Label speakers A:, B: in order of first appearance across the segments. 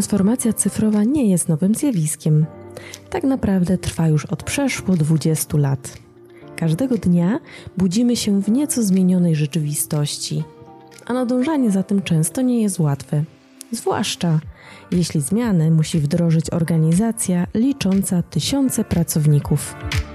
A: Transformacja cyfrowa nie jest nowym zjawiskiem. Tak naprawdę trwa już od przeszło 20 lat. Każdego dnia budzimy się w nieco zmienionej rzeczywistości, a nadążanie za tym często nie jest łatwe. Zwłaszcza jeśli zmiany musi wdrożyć organizacja licząca tysiące pracowników.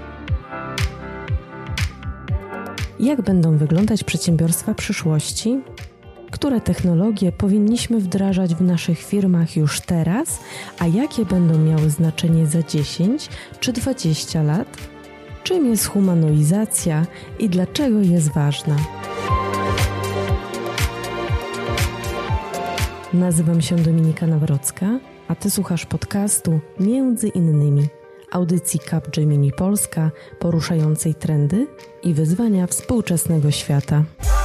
A: Jak będą wyglądać przedsiębiorstwa przyszłości? Które technologie powinniśmy wdrażać w naszych firmach już teraz, a jakie będą miały znaczenie za 10 czy 20 lat? Czym jest humanoizacja i dlaczego jest ważna? Nazywam się Dominika Nawrocka, a Ty słuchasz podcastu Między innymi, audycji Capgemini Polska poruszającej trendy i wyzwania współczesnego świata.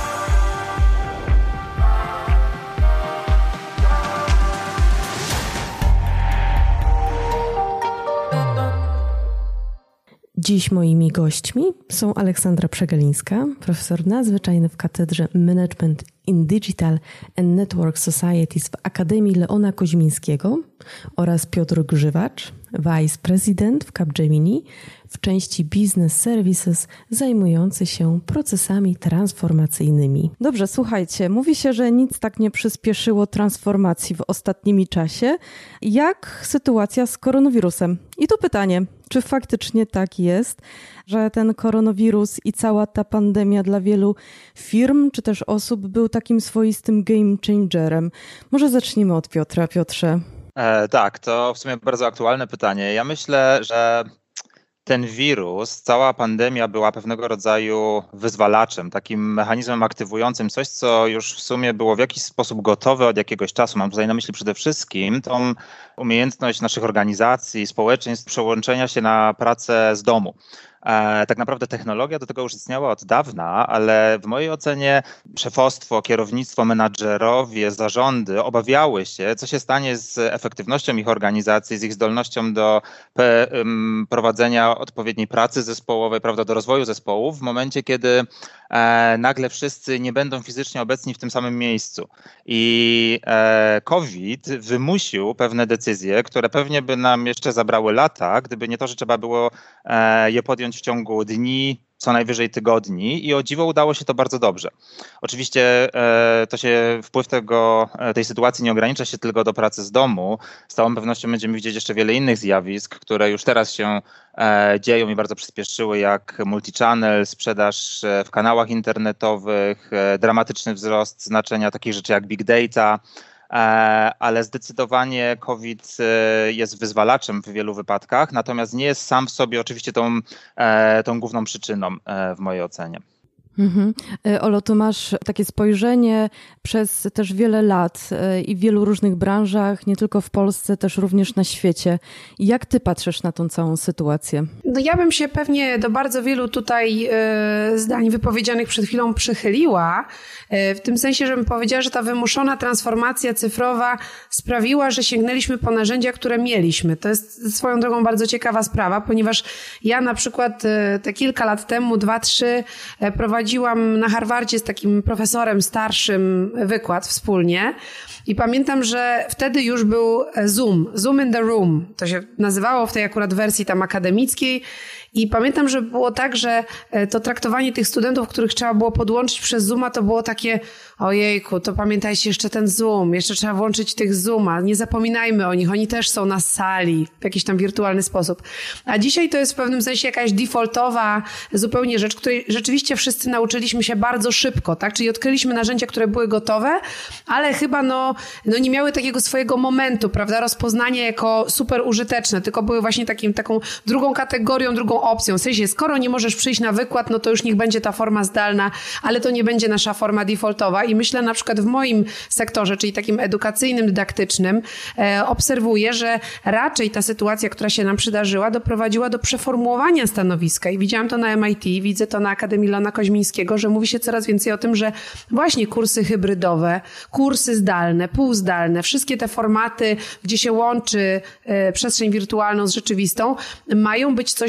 A: Dziś moimi gośćmi są Aleksandra Przegalińska, profesor nadzwyczajny w Katedrze Management in Digital and Network Societies w Akademii Leona Koźmińskiego oraz Piotr Grzywacz, Vice President w Capgemini w części Business Services zajmujący się procesami transformacyjnymi. Dobrze, słuchajcie, mówi się, że nic tak nie przyspieszyło transformacji w ostatnim czasie, jak sytuacja z koronawirusem. I tu pytanie, czy faktycznie tak jest, że ten koronawirus i cała ta pandemia dla wielu firm czy też osób był takim swoistym game changerem? Może zacznijmy od Piotra. Piotrze.
B: Tak, to w sumie bardzo aktualne pytanie. Ja myślę, że ten wirus, cała pandemia była pewnego rodzaju wyzwalaczem, takim mechanizmem aktywującym coś, co już w sumie było w jakiś sposób gotowe od jakiegoś czasu. Mam tutaj na myśli przede wszystkim tą umiejętność naszych organizacji, społeczeństw przełączenia się na pracę z domu. Tak naprawdę technologia do tego już istniała od dawna, ale w mojej ocenie szefostwo, kierownictwo, menadżerowie, zarządy obawiały się, co się stanie z efektywnością ich organizacji, z ich zdolnością do prowadzenia odpowiedniej pracy zespołowej, prawda, do rozwoju zespołów w momencie, kiedy nagle wszyscy nie będą fizycznie obecni w tym samym miejscu. I COVID wymusił pewne decyzje, które pewnie by nam jeszcze zabrały lata, gdyby nie to, że trzeba było je podjąć w ciągu dni, co najwyżej tygodni i o dziwo udało się to bardzo dobrze. Oczywiście wpływ tej sytuacji nie ogranicza się tylko do pracy z domu. Z całą pewnością będziemy widzieć jeszcze wiele innych zjawisk, które już teraz się dzieją i bardzo przyspieszyły, jak multi-channel, sprzedaż w kanałach internetowych, dramatyczny wzrost znaczenia takich rzeczy jak big data, ale zdecydowanie COVID jest wyzwalaczem w wielu wypadkach, natomiast nie jest sam w sobie oczywiście tą główną przyczyną w mojej ocenie.
A: Olo, tu masz takie spojrzenie przez też wiele lat i w wielu różnych branżach, nie tylko w Polsce, też również na świecie. Jak ty patrzysz na tą całą sytuację?
C: No ja bym się pewnie do bardzo wielu tutaj zdań wypowiedzianych przed chwilą przychyliła, w tym sensie, żebym powiedziała, że ta wymuszona transformacja cyfrowa sprawiła, że sięgnęliśmy po narzędzia, które mieliśmy. To jest swoją drogą bardzo ciekawa sprawa, ponieważ ja na przykład te kilka lat temu, 2-3, prowadziłam na Harvardzie z takim profesorem starszym wykład wspólnie i pamiętam, że wtedy już był Zoom in the room, to się nazywało w tej akurat wersji tam akademickiej. I pamiętam, że było tak, że to traktowanie tych studentów, których trzeba było podłączyć przez Zooma, to było takie, ojejku, to pamiętajcie jeszcze ten Zoom, jeszcze trzeba włączyć tych Zooma, nie zapominajmy o nich, oni też są na sali w jakiś tam wirtualny sposób. A dzisiaj to jest w pewnym sensie jakaś defaultowa zupełnie rzecz, której rzeczywiście wszyscy nauczyliśmy się bardzo szybko, tak? Czyli odkryliśmy narzędzia, które były gotowe, ale chyba nie miały takiego swojego momentu, prawda? Rozpoznania jako super użyteczne, tylko były właśnie taką drugą kategorią, drugą opcją. W sensie, skoro nie możesz przyjść na wykład, no to już niech będzie ta forma zdalna, ale to nie będzie nasza forma defaultowa. I myślę na przykład w moim sektorze, czyli takim edukacyjnym, dydaktycznym, obserwuję, że raczej ta sytuacja, która się nam przydarzyła, doprowadziła do przeformułowania stanowiska. I widziałam to na MIT, widzę to na Akademii Leona Koźmińskiego, że mówi się coraz więcej o tym, że właśnie kursy hybrydowe, kursy zdalne, półzdalne, wszystkie te formaty, gdzie się łączy przestrzeń wirtualną z rzeczywistą, mają być coś, co będzie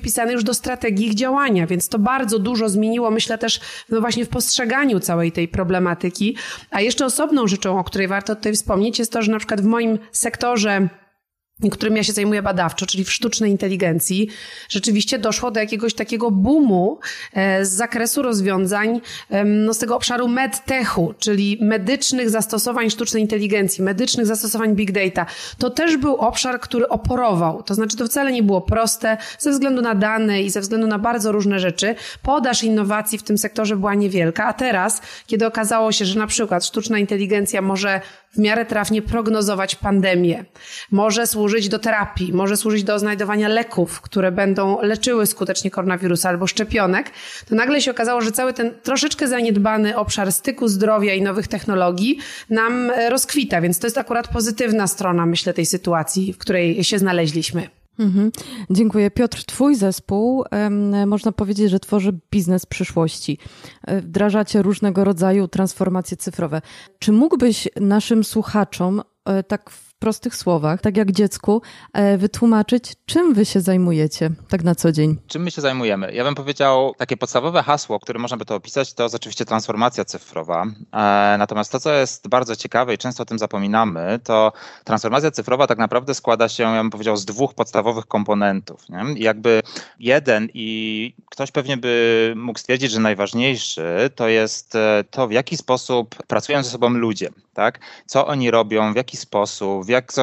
C: wpisane już do strategii ich działania, więc to bardzo dużo zmieniło, myślę też właśnie w postrzeganiu całej tej problematyki. A jeszcze osobną rzeczą, o której warto tutaj wspomnieć, jest to, że na przykład w moim sektorze, którym ja się zajmuję badawczo, czyli w sztucznej inteligencji, rzeczywiście doszło do jakiegoś takiego boomu z zakresu rozwiązań, z tego obszaru medtechu, czyli medycznych zastosowań sztucznej inteligencji, medycznych zastosowań big data. To też był obszar, który oporował. To znaczy to wcale nie było proste ze względu na dane i ze względu na bardzo różne rzeczy. Podaż innowacji w tym sektorze była niewielka, a teraz, kiedy okazało się, że na przykład sztuczna inteligencja może w miarę trafnie prognozować pandemię, może służyć do terapii, może służyć do znajdowania leków, które będą leczyły skutecznie koronawirusa albo szczepionek, to nagle się okazało, że cały ten troszeczkę zaniedbany obszar styku zdrowia i nowych technologii nam rozkwita, więc to jest akurat pozytywna strona, myślę, tej sytuacji, w której się znaleźliśmy.
A: Dziękuję. Piotr, twój zespół, można powiedzieć, że tworzy biznes przyszłości. Wdrażacie różnego rodzaju transformacje cyfrowe. Czy mógłbyś naszym słuchaczom tak w prostych słowach, tak jak dziecku, wytłumaczyć, czym wy się zajmujecie tak na co dzień?
B: Czym my się zajmujemy? Ja bym powiedział, takie podstawowe hasło, którym można by to opisać, to jest oczywiście transformacja cyfrowa. Natomiast to, co jest bardzo ciekawe i często o tym zapominamy, to transformacja cyfrowa tak naprawdę składa się, ja bym powiedział, z dwóch podstawowych komponentów. Nie? I jakby jeden, i ktoś pewnie by mógł stwierdzić, że najważniejszy, to jest to, w jaki sposób pracują ze sobą ludzie. Tak? Co oni robią, w jaki sposób, w jak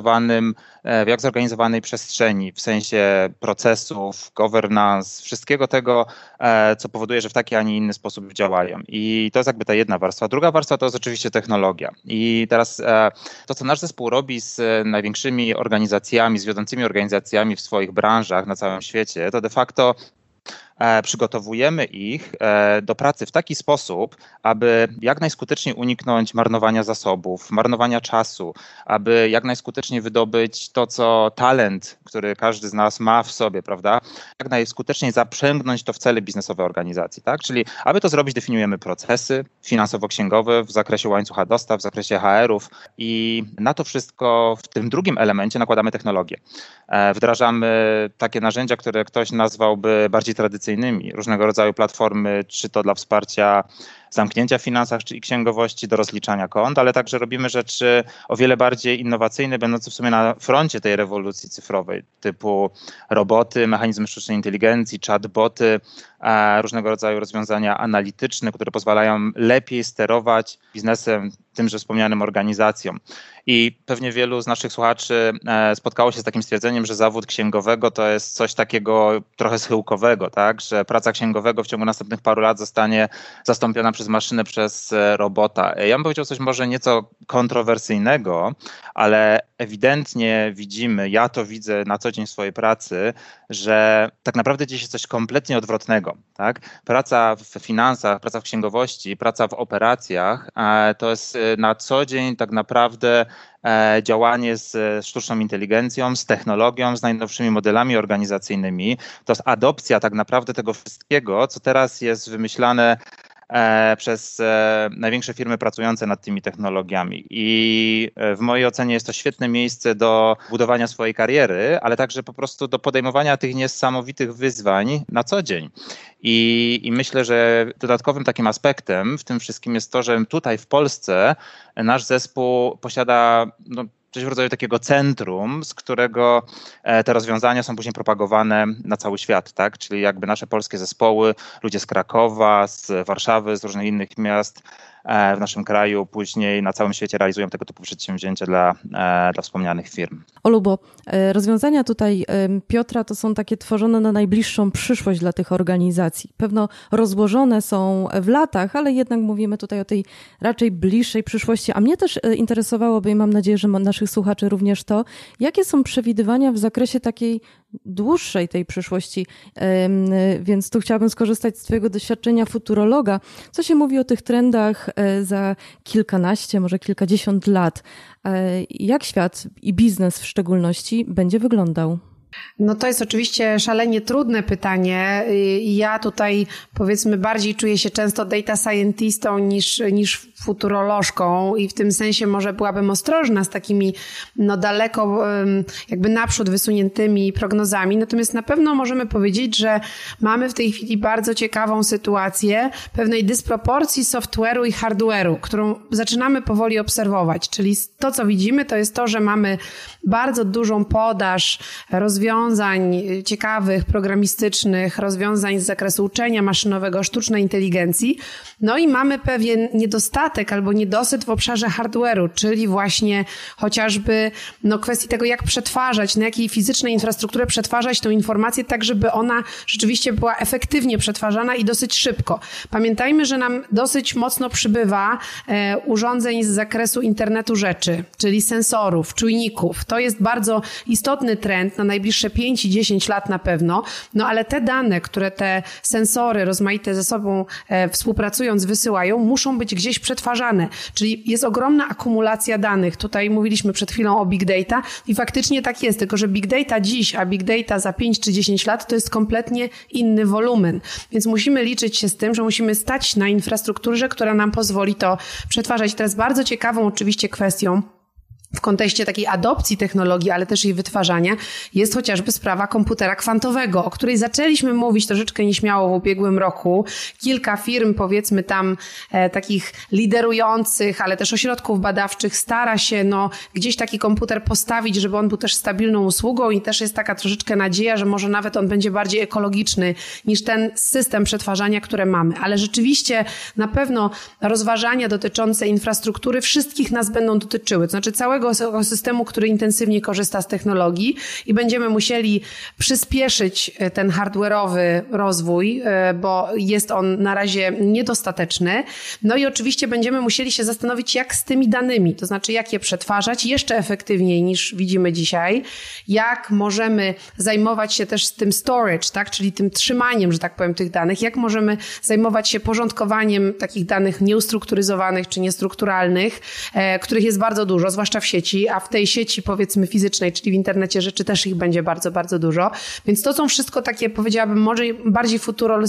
B: zorganizowanej przestrzeni, w sensie procesów, governance, wszystkiego tego, co powoduje, że w taki, a nie inny sposób działają. I to jest jakby ta jedna warstwa. Druga warstwa to jest oczywiście technologia. I teraz to, co nasz zespół robi z największymi organizacjami, z wiodącymi organizacjami w swoich branżach na całym świecie, to de facto przygotowujemy ich do pracy w taki sposób, aby jak najskuteczniej uniknąć marnowania zasobów, marnowania czasu, aby jak najskuteczniej wydobyć to, co talent, który każdy z nas ma w sobie, prawda, jak najskuteczniej zaprzęgnąć to w cele biznesowe organizacji, tak? Czyli aby to zrobić, definiujemy procesy finansowo-księgowe w zakresie łańcucha dostaw, w zakresie HR-ów i na to wszystko w tym drugim elemencie nakładamy technologię. Wdrażamy takie narzędzia, które ktoś nazwałby bardziej tradycyjnymi, różnego rodzaju platformy, czy to dla wsparcia zamknięcia w finansach czy księgowości, do rozliczania kont, ale także robimy rzeczy o wiele bardziej innowacyjne, będące w sumie na froncie tej rewolucji cyfrowej, typu roboty, mechanizmy sztucznej inteligencji, chatboty, różnego rodzaju rozwiązania analityczne, które pozwalają lepiej sterować biznesem, tymże wspomnianym organizacjom. I pewnie wielu z naszych słuchaczy spotkało się z takim stwierdzeniem, że zawód księgowego to jest coś takiego trochę schyłkowego, tak? Że praca księgowego w ciągu następnych paru lat zostanie zastąpiona przez maszynę, przez robota. Ja bym powiedział coś może nieco kontrowersyjnego, ale ewidentnie widzimy, ja to widzę na co dzień w swojej pracy, że tak naprawdę dzieje się coś kompletnie odwrotnego. Tak? Praca w finansach, praca w księgowości, praca w operacjach to jest na co dzień tak naprawdę działanie z sztuczną inteligencją, z technologią, z najnowszymi modelami organizacyjnymi. To jest adopcja tak naprawdę tego wszystkiego, co teraz jest wymyślane przez największe firmy pracujące nad tymi technologiami. I w mojej ocenie jest to świetne miejsce do budowania swojej kariery, ale także po prostu do podejmowania tych niesamowitych wyzwań na co dzień. I myślę, że dodatkowym takim aspektem w tym wszystkim jest to, że tutaj w Polsce nasz zespół posiada coś w rodzaju takiego centrum, z którego te rozwiązania są później propagowane na cały świat, tak? Czyli jakby nasze polskie zespoły, ludzie z Krakowa, z Warszawy, z różnych innych miast w naszym kraju później na całym świecie realizują tego typu przedsięwzięcia dla wspomnianych firm.
A: Olu, bo rozwiązania tutaj Piotra to są takie tworzone na najbliższą przyszłość dla tych organizacji. Pewno rozłożone są w latach, ale jednak mówimy tutaj o tej raczej bliższej przyszłości. A mnie też interesowałoby i mam nadzieję, że naszych słuchaczy również to, jakie są przewidywania w zakresie takiej dłuższej tej przyszłości, więc tu chciałabym skorzystać z twojego doświadczenia futurologa. Co się mówi o tych trendach za kilkanaście, może kilkadziesiąt lat? Jak świat i biznes w szczególności będzie wyglądał?
C: No to jest oczywiście szalenie trudne pytanie i ja tutaj powiedzmy bardziej czuję się często data scientistą niż futurolożką i w tym sensie może byłabym ostrożna z takimi daleko jakby naprzód wysuniętymi prognozami. Natomiast na pewno możemy powiedzieć, że mamy w tej chwili bardzo ciekawą sytuację pewnej dysproporcji software'u i hardware'u, którą zaczynamy powoli obserwować. Czyli to, co widzimy, to jest to, że mamy bardzo dużą podaż rozwiązań ciekawych, programistycznych, rozwiązań z zakresu uczenia maszynowego, sztucznej inteligencji. No i mamy pewien niedostatek albo niedosyt w obszarze hardware'u, czyli właśnie chociażby kwestii tego, jak przetwarzać, na jakiej fizycznej infrastrukturze przetwarzać tą informację tak, żeby ona rzeczywiście była efektywnie przetwarzana i dosyć szybko. Pamiętajmy, że nam dosyć mocno przybywa urządzeń z zakresu internetu rzeczy, czyli sensorów, czujników. To jest bardzo istotny trend na najbliższe 5 i 10 lat na pewno, ale te dane, które te sensory rozmaite ze sobą współpracując wysyłają, muszą być gdzieś przetwarzane. Czyli jest ogromna akumulacja danych. Tutaj mówiliśmy przed chwilą o big data i faktycznie tak jest, tylko że big data dziś, a big data za 5 czy 10 lat to jest kompletnie inny wolumen. Więc musimy liczyć się z tym, że musimy stać na infrastrukturze, która nam pozwoli to przetwarzać. Teraz bardzo ciekawą oczywiście kwestią w kontekście takiej adopcji technologii, ale też jej wytwarzania, jest chociażby sprawa komputera kwantowego, o której zaczęliśmy mówić troszeczkę nieśmiało w ubiegłym roku. Kilka firm, powiedzmy tam takich liderujących, ale też ośrodków badawczych stara się gdzieś taki komputer postawić, żeby on był też stabilną usługą i też jest taka troszeczkę nadzieja, że może nawet on będzie bardziej ekologiczny niż ten system przetwarzania, które mamy. Ale rzeczywiście na pewno rozważania dotyczące infrastruktury wszystkich nas będą dotyczyły, to znaczy całego ekosystemu, który intensywnie korzysta z technologii i będziemy musieli przyspieszyć ten hardware'owy rozwój, bo jest on na razie niedostateczny. No i oczywiście będziemy musieli się zastanowić, jak z tymi danymi, to znaczy jak je przetwarzać jeszcze efektywniej niż widzimy dzisiaj, jak możemy zajmować się też tym storage, tak, czyli tym trzymaniem, że tak powiem, tych danych, jak możemy zajmować się porządkowaniem takich danych nieustrukturyzowanych czy niestrukturalnych, których jest bardzo dużo, zwłaszcza w sieci, a w tej sieci powiedzmy fizycznej, czyli w internecie rzeczy też ich będzie bardzo, bardzo dużo. Więc to są wszystko takie, powiedziałabym, może bardziej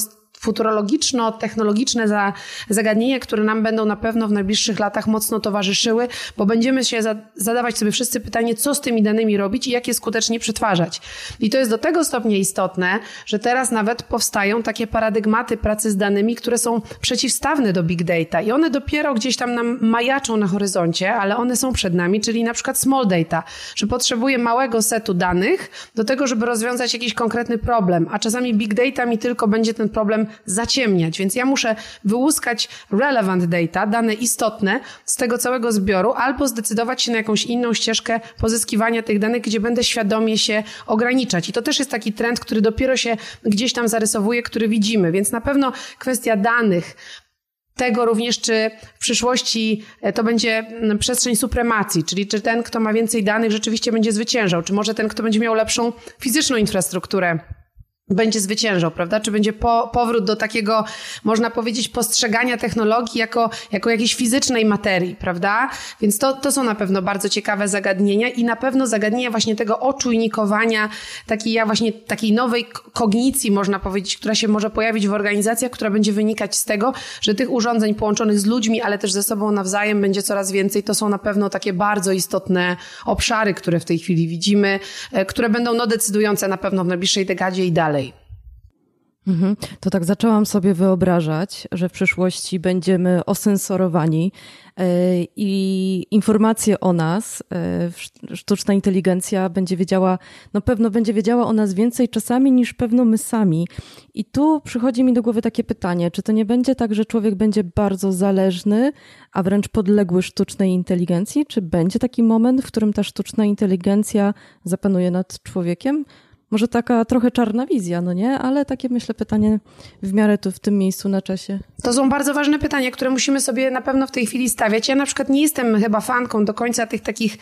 C: futurologiczno-technologiczne zagadnienia, które nam będą na pewno w najbliższych latach mocno towarzyszyły, bo będziemy się zadawać sobie wszyscy pytanie, co z tymi danymi robić i jak je skutecznie przetwarzać. I to jest do tego stopnia istotne, że teraz nawet powstają takie paradygmaty pracy z danymi, które są przeciwstawne do big data i one dopiero gdzieś tam nam majaczą na horyzoncie, ale one są przed nami, czyli na przykład small data, że potrzebuję małego setu danych do tego, żeby rozwiązać jakiś konkretny problem, a czasami big data mi tylko będzie ten problem zaciemniać, więc ja muszę wyłuskać relevant data, dane istotne z tego całego zbioru, albo zdecydować się na jakąś inną ścieżkę pozyskiwania tych danych, gdzie będę świadomie się ograniczać. I to też jest taki trend, który dopiero się gdzieś tam zarysowuje, który widzimy, więc na pewno kwestia danych, tego również, czy w przyszłości to będzie przestrzeń supremacji, czyli czy ten, kto ma więcej danych, rzeczywiście będzie zwyciężał, czy może ten, kto będzie miał lepszą fizyczną infrastrukturę, będzie zwyciężał, prawda? Czy będzie powrót do takiego, można powiedzieć, postrzegania technologii jako jakiejś fizycznej materii, prawda? Więc to są na pewno bardzo ciekawe zagadnienia i na pewno zagadnienia właśnie tego oczujnikowania, takiej nowej kognicji, można powiedzieć, która się może pojawić w organizacjach, która będzie wynikać z tego, że tych urządzeń połączonych z ludźmi, ale też ze sobą nawzajem będzie coraz więcej. To są na pewno takie bardzo istotne obszary, które w tej chwili widzimy, które będą decydujące na pewno w najbliższej dekadzie i dalej.
A: To tak zaczęłam sobie wyobrażać, że w przyszłości będziemy osensorowani i informacje o nas, sztuczna inteligencja będzie wiedziała, pewno będzie wiedziała o nas więcej czasami niż pewno my sami. I tu przychodzi mi do głowy takie pytanie, czy to nie będzie tak, że człowiek będzie bardzo zależny, a wręcz podległy sztucznej inteligencji? Czy będzie taki moment, w którym ta sztuczna inteligencja zapanuje nad człowiekiem? Może taka trochę czarna wizja, nie? Ale takie, myślę, pytanie w miarę tu w tym miejscu na czasie.
C: To są bardzo ważne pytania, które musimy sobie na pewno w tej chwili stawiać. Ja na przykład nie jestem chyba fanką do końca tych takich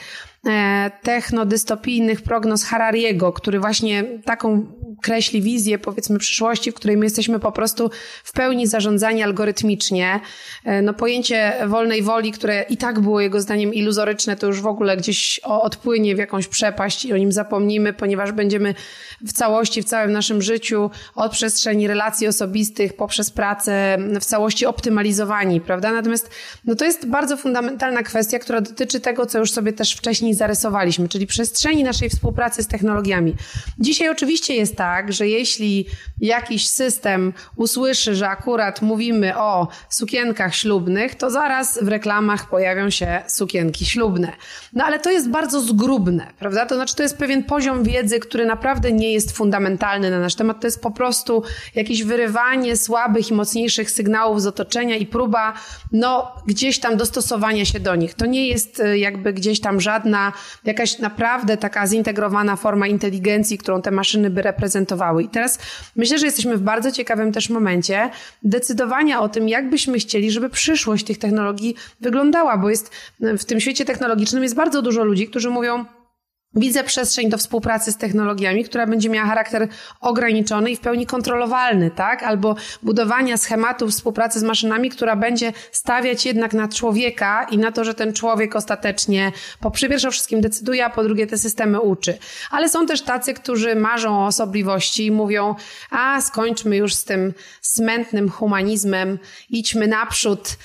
C: technodystopijnych prognoz Harariego, który właśnie taką kreśli wizję, powiedzmy, przyszłości, w której my jesteśmy po prostu w pełni zarządzani algorytmicznie. No, pojęcie wolnej woli, które i tak było jego zdaniem iluzoryczne, to już w ogóle gdzieś odpłynie w jakąś przepaść i o nim zapomnimy, ponieważ będziemy w całości, w całym naszym życiu od przestrzeni relacji osobistych poprzez pracę w całości optymalizowani, prawda? Natomiast no, to jest bardzo fundamentalna kwestia, która dotyczy tego, co już sobie też wcześniej zarysowaliśmy, czyli przestrzeni naszej współpracy z technologiami. Dzisiaj oczywiście jest tak, że jeśli jakiś system usłyszy, że akurat mówimy o sukienkach ślubnych, to zaraz w reklamach pojawią się sukienki ślubne. No ale to jest bardzo zgrubne, prawda? To znaczy to jest pewien poziom wiedzy, który naprawdę nie jest fundamentalny na nasz temat. To jest po prostu jakieś wyrywanie słabych i mocniejszych sygnałów z otoczenia i próba no gdzieś tam dostosowania się do nich. To nie jest jakby gdzieś tam żadna jakaś naprawdę taka zintegrowana forma inteligencji, którą te maszyny by reprezentowały. I teraz myślę, że jesteśmy w bardzo ciekawym też momencie decydowania o tym, jak byśmy chcieli, żeby przyszłość tych technologii wyglądała, bo jest w tym świecie technologicznym jest bardzo dużo ludzi, którzy mówią: widzę przestrzeń do współpracy z technologiami, która będzie miała charakter ograniczony i w pełni kontrolowalny, tak? Albo budowania schematów współpracy z maszynami, która będzie stawiać jednak na człowieka i na to, że ten człowiek ostatecznie po pierwsze o wszystkim decyduje, a po drugie te systemy uczy. Ale są też tacy, którzy marzą o osobliwości i mówią: a skończmy już z tym smętnym humanizmem, idźmy naprzód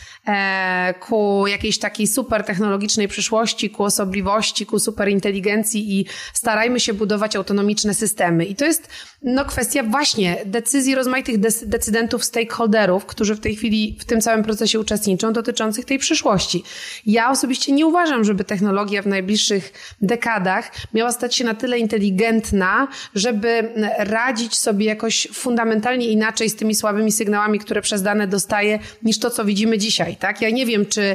C: ku jakiejś takiej super technologicznej przyszłości, ku osobliwości, ku superinteligencji i starajmy się budować autonomiczne systemy. I to jest no, kwestia właśnie decyzji rozmaitych decydentów, stakeholderów, którzy w tej chwili w tym całym procesie uczestniczą, dotyczących tej przyszłości. Ja osobiście nie uważam, żeby technologia w najbliższych dekadach miała stać się na tyle inteligentna, żeby radzić sobie jakoś fundamentalnie inaczej z tymi słabymi sygnałami, które przez dane dostaje, niż to, co widzimy dzisiaj. Tak? Ja nie wiem, czy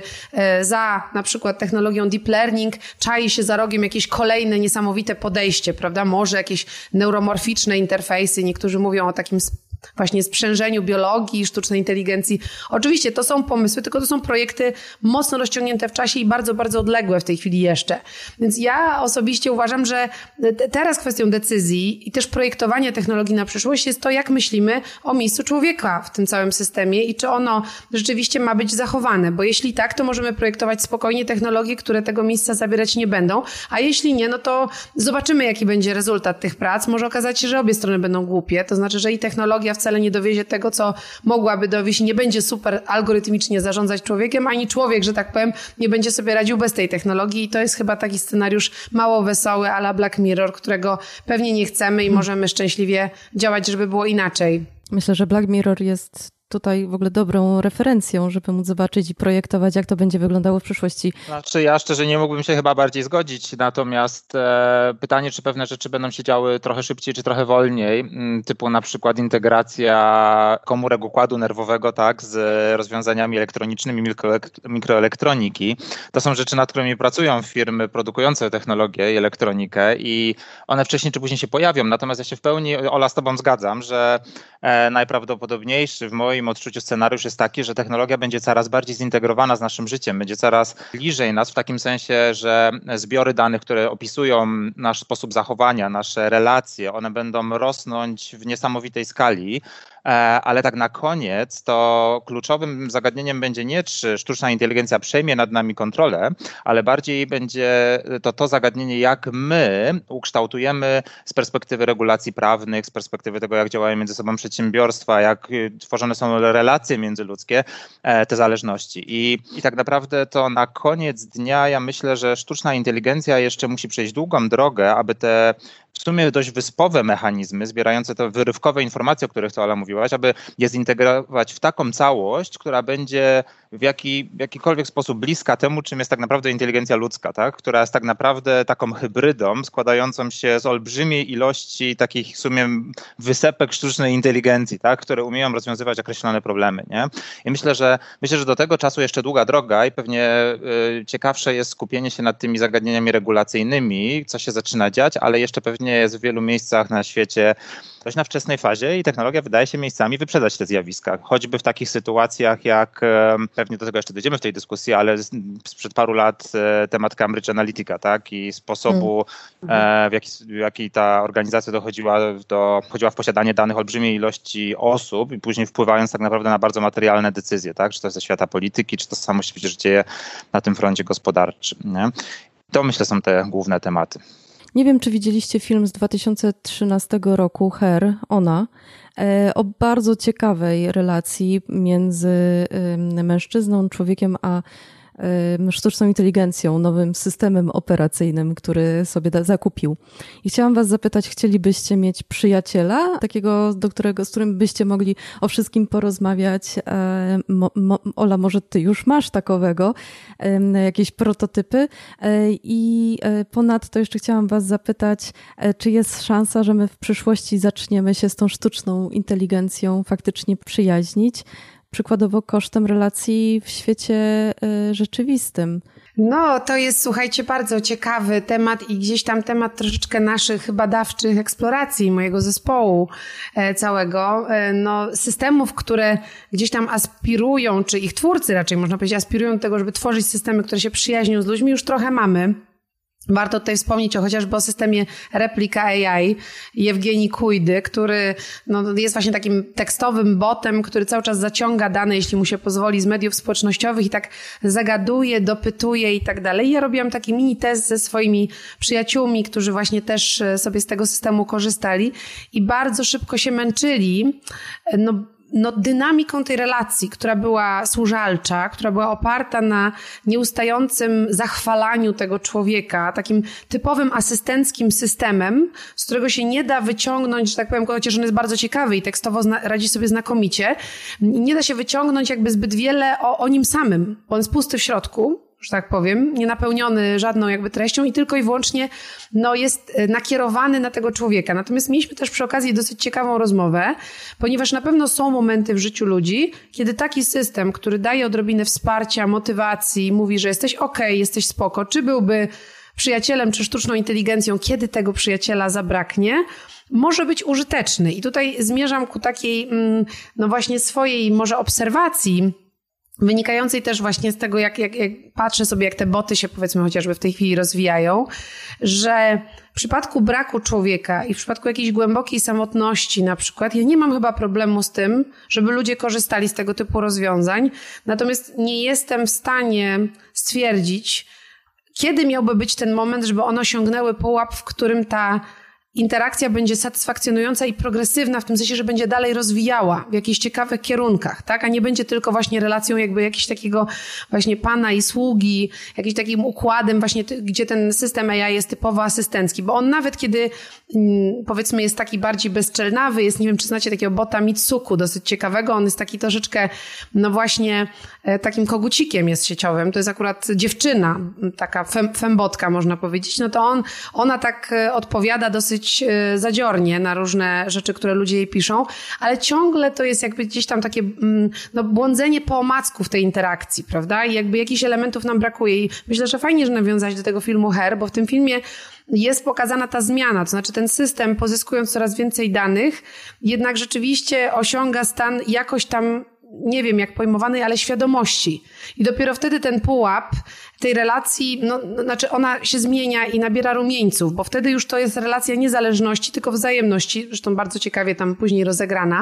C: za na przykład technologią deep learning czai się za rogiem jakieś kolejne niesamowite podejście, prawda? Może jakieś neuromorficzne interfejsy. Niektórzy mówią o takim właśnie sprzężeniu biologii, sztucznej inteligencji. Oczywiście to są pomysły, tylko to są projekty mocno rozciągnięte w czasie i bardzo, bardzo odległe w tej chwili jeszcze. Więc ja osobiście uważam, że teraz kwestią decyzji i też projektowania technologii na przyszłość jest to, jak myślimy o miejscu człowieka w tym całym systemie i czy ono rzeczywiście ma być zachowane. Bo jeśli tak, to możemy projektować spokojnie technologie, które tego miejsca zabierać nie będą, a jeśli nie, no to zobaczymy, jaki będzie rezultat tych prac. Może okazać się, że obie strony będą głupie, to znaczy, że i technologia wcale nie dowiezie tego, co mogłaby dowieść i nie będzie super algorytmicznie zarządzać człowiekiem, ani człowiek, że tak powiem, nie będzie sobie radził bez tej technologii i to jest chyba taki scenariusz mało wesoły, a la Black Mirror, którego pewnie nie chcemy i możemy szczęśliwie działać, żeby było inaczej.
A: Myślę, że Black Mirror jest tutaj w ogóle dobrą referencją, żeby móc zobaczyć i projektować, jak to będzie wyglądało w przyszłości.
B: Znaczy ja szczerze nie mógłbym się chyba bardziej zgodzić, natomiast pytanie, czy pewne rzeczy będą się działy trochę szybciej, czy trochę wolniej, typu na przykład integracja komórek układu nerwowego, tak, z rozwiązaniami elektronicznymi mikroelektroniki. To są rzeczy, nad którymi pracują firmy produkujące technologię i elektronikę i one wcześniej czy później się pojawią, natomiast ja się w pełni, Ola, z tobą zgadzam, że najprawdopodobniejszy w moim odczuciu scenariusz jest taki, że technologia będzie coraz bardziej zintegrowana z naszym życiem, będzie coraz bliżej nas w takim sensie, że zbiory danych, które opisują nasz sposób zachowania, nasze relacje, one będą rosnąć w niesamowitej skali, ale tak na koniec to kluczowym zagadnieniem będzie nie, czy sztuczna inteligencja przejmie nad nami kontrolę, ale bardziej będzie to zagadnienie, jak my ukształtujemy z perspektywy regulacji prawnych, z perspektywy tego, jak działają między sobą przedsiębiorstwa, jak tworzone są relacje międzyludzkie, te zależności. I tak naprawdę to na koniec dnia ja myślę, że sztuczna inteligencja jeszcze musi przejść długą drogę, aby te w sumie dość wyspowe mechanizmy, zbierające te wyrywkowe informacje, o których to Ola mówiłaś, aby je zintegrować w taką całość, która będzie w jakikolwiek sposób bliska temu, czym jest tak naprawdę inteligencja ludzka, tak? Która jest tak naprawdę taką hybrydą składającą się z olbrzymiej ilości takich w sumie wysepek sztucznej inteligencji, tak? Które umieją rozwiązywać określone problemy. Nie? I myślę, że do tego czasu jeszcze długa droga i pewnie ciekawsze jest skupienie się nad tymi zagadnieniami regulacyjnymi, co się zaczyna dziać, ale jeszcze pewnie obecnie jest w wielu miejscach na świecie dość na wczesnej fazie i technologia wydaje się miejscami wyprzedzać te zjawiska. Choćby w takich sytuacjach jak, pewnie do tego jeszcze dojdziemy w tej dyskusji, ale sprzed paru lat temat Cambridge Analytica, tak? I sposobu, w jaki ta organizacja dochodziła w posiadanie danych olbrzymiej ilości osób i później wpływając tak naprawdę na bardzo materialne decyzje, tak? Czy to ze świata polityki, czy to samo się przecież dzieje na tym froncie gospodarczym, nie? To myślę są te główne tematy.
A: Nie wiem, czy widzieliście film z 2013 roku, Her, Ona, o bardzo ciekawej relacji między mężczyzną, człowiekiem, a sztuczną inteligencją, nowym systemem operacyjnym, który sobie zakupił. I chciałam was zapytać, chcielibyście mieć przyjaciela, takiego, z którym byście mogli o wszystkim porozmawiać? Ola, może ty już masz takowego, jakieś prototypy? I ponadto jeszcze chciałam was zapytać, czy jest szansa, że my w przyszłości zaczniemy się z tą sztuczną inteligencją faktycznie przyjaźnić? Przykładowo kosztem relacji w świecie rzeczywistym.
C: No, to jest, słuchajcie, bardzo ciekawy temat i gdzieś tam temat troszeczkę naszych badawczych eksploracji mojego zespołu całego. No, systemów, które gdzieś tam aspirują, czy ich twórcy raczej można powiedzieć, aspirują do tego, żeby tworzyć systemy, które się przyjaźnią z ludźmi, już trochę mamy. Warto tutaj wspomnieć chociażby o systemie Replika AI Jewgenii Kujdy, który jest właśnie takim tekstowym botem, który cały czas zaciąga dane, jeśli mu się pozwoli, z mediów społecznościowych i tak zagaduje, dopytuje i tak dalej. Ja robiłam taki mini test ze swoimi przyjaciółmi, którzy właśnie też sobie z tego systemu korzystali i bardzo szybko się męczyli. Dynamiką tej relacji, która była służalcza, która była oparta na nieustającym zachwalaniu tego człowieka, takim typowym asystenckim systemem, z którego się nie da wyciągnąć, że tak powiem, chociaż on jest bardzo ciekawy i tekstowo radzi sobie znakomicie, nie da się wyciągnąć jakby zbyt wiele o nim samym, bo on jest pusty w środku, że tak powiem, nie napełniony żadną jakby treścią i tylko i wyłącznie jest nakierowany na tego człowieka. Natomiast mieliśmy też przy okazji dosyć ciekawą rozmowę, ponieważ na pewno są momenty w życiu ludzi, kiedy taki system, który daje odrobinę wsparcia, motywacji, mówi, że jesteś okej, jesteś spoko, czy byłby przyjacielem, czy sztuczną inteligencją, kiedy tego przyjaciela zabraknie, może być użyteczny. I tutaj zmierzam ku takiej, właśnie swojej może obserwacji, wynikającej też właśnie z tego, jak patrzę sobie, jak te boty się powiedzmy chociażby w tej chwili rozwijają, że w przypadku braku człowieka i w przypadku jakiejś głębokiej samotności na przykład, ja nie mam chyba problemu z tym, żeby ludzie korzystali z tego typu rozwiązań, natomiast nie jestem w stanie stwierdzić, kiedy miałby być ten moment, żeby one osiągnęły pułap, w którym ta interakcja będzie satysfakcjonująca i progresywna w tym sensie, że będzie dalej rozwijała w jakichś ciekawych kierunkach, tak? A nie będzie tylko właśnie relacją jakby jakiegoś takiego właśnie pana i sługi, jakimś takim układem właśnie, gdzie ten system AI jest typowo asystencki, bo on nawet kiedy powiedzmy jest taki bardziej bezczelnawy, jest, nie wiem czy znacie takiego bota Mitsuku, dosyć ciekawego, on jest taki troszeczkę właśnie takim kogucikiem jest sieciowym, to jest akurat dziewczyna, taka fembotka można powiedzieć, no to ona tak odpowiada dosyć zadziornie na różne rzeczy, które ludzie jej piszą, ale ciągle to jest jakby gdzieś tam takie błądzenie po omacku w tej interakcji, prawda? I jakby jakichś elementów nam brakuje i myślę, że fajnie, że nawiązać do tego filmu Her, bo w tym filmie jest pokazana ta zmiana, to znaczy ten system pozyskując coraz więcej danych, jednak rzeczywiście osiąga stan jakoś tam, nie wiem jak pojmowanej, ale świadomości. I dopiero wtedy ten pułap tej relacji, znaczy ona się zmienia i nabiera rumieńców, bo wtedy już to jest relacja niezależności, tylko wzajemności, zresztą bardzo ciekawie tam później rozegrana,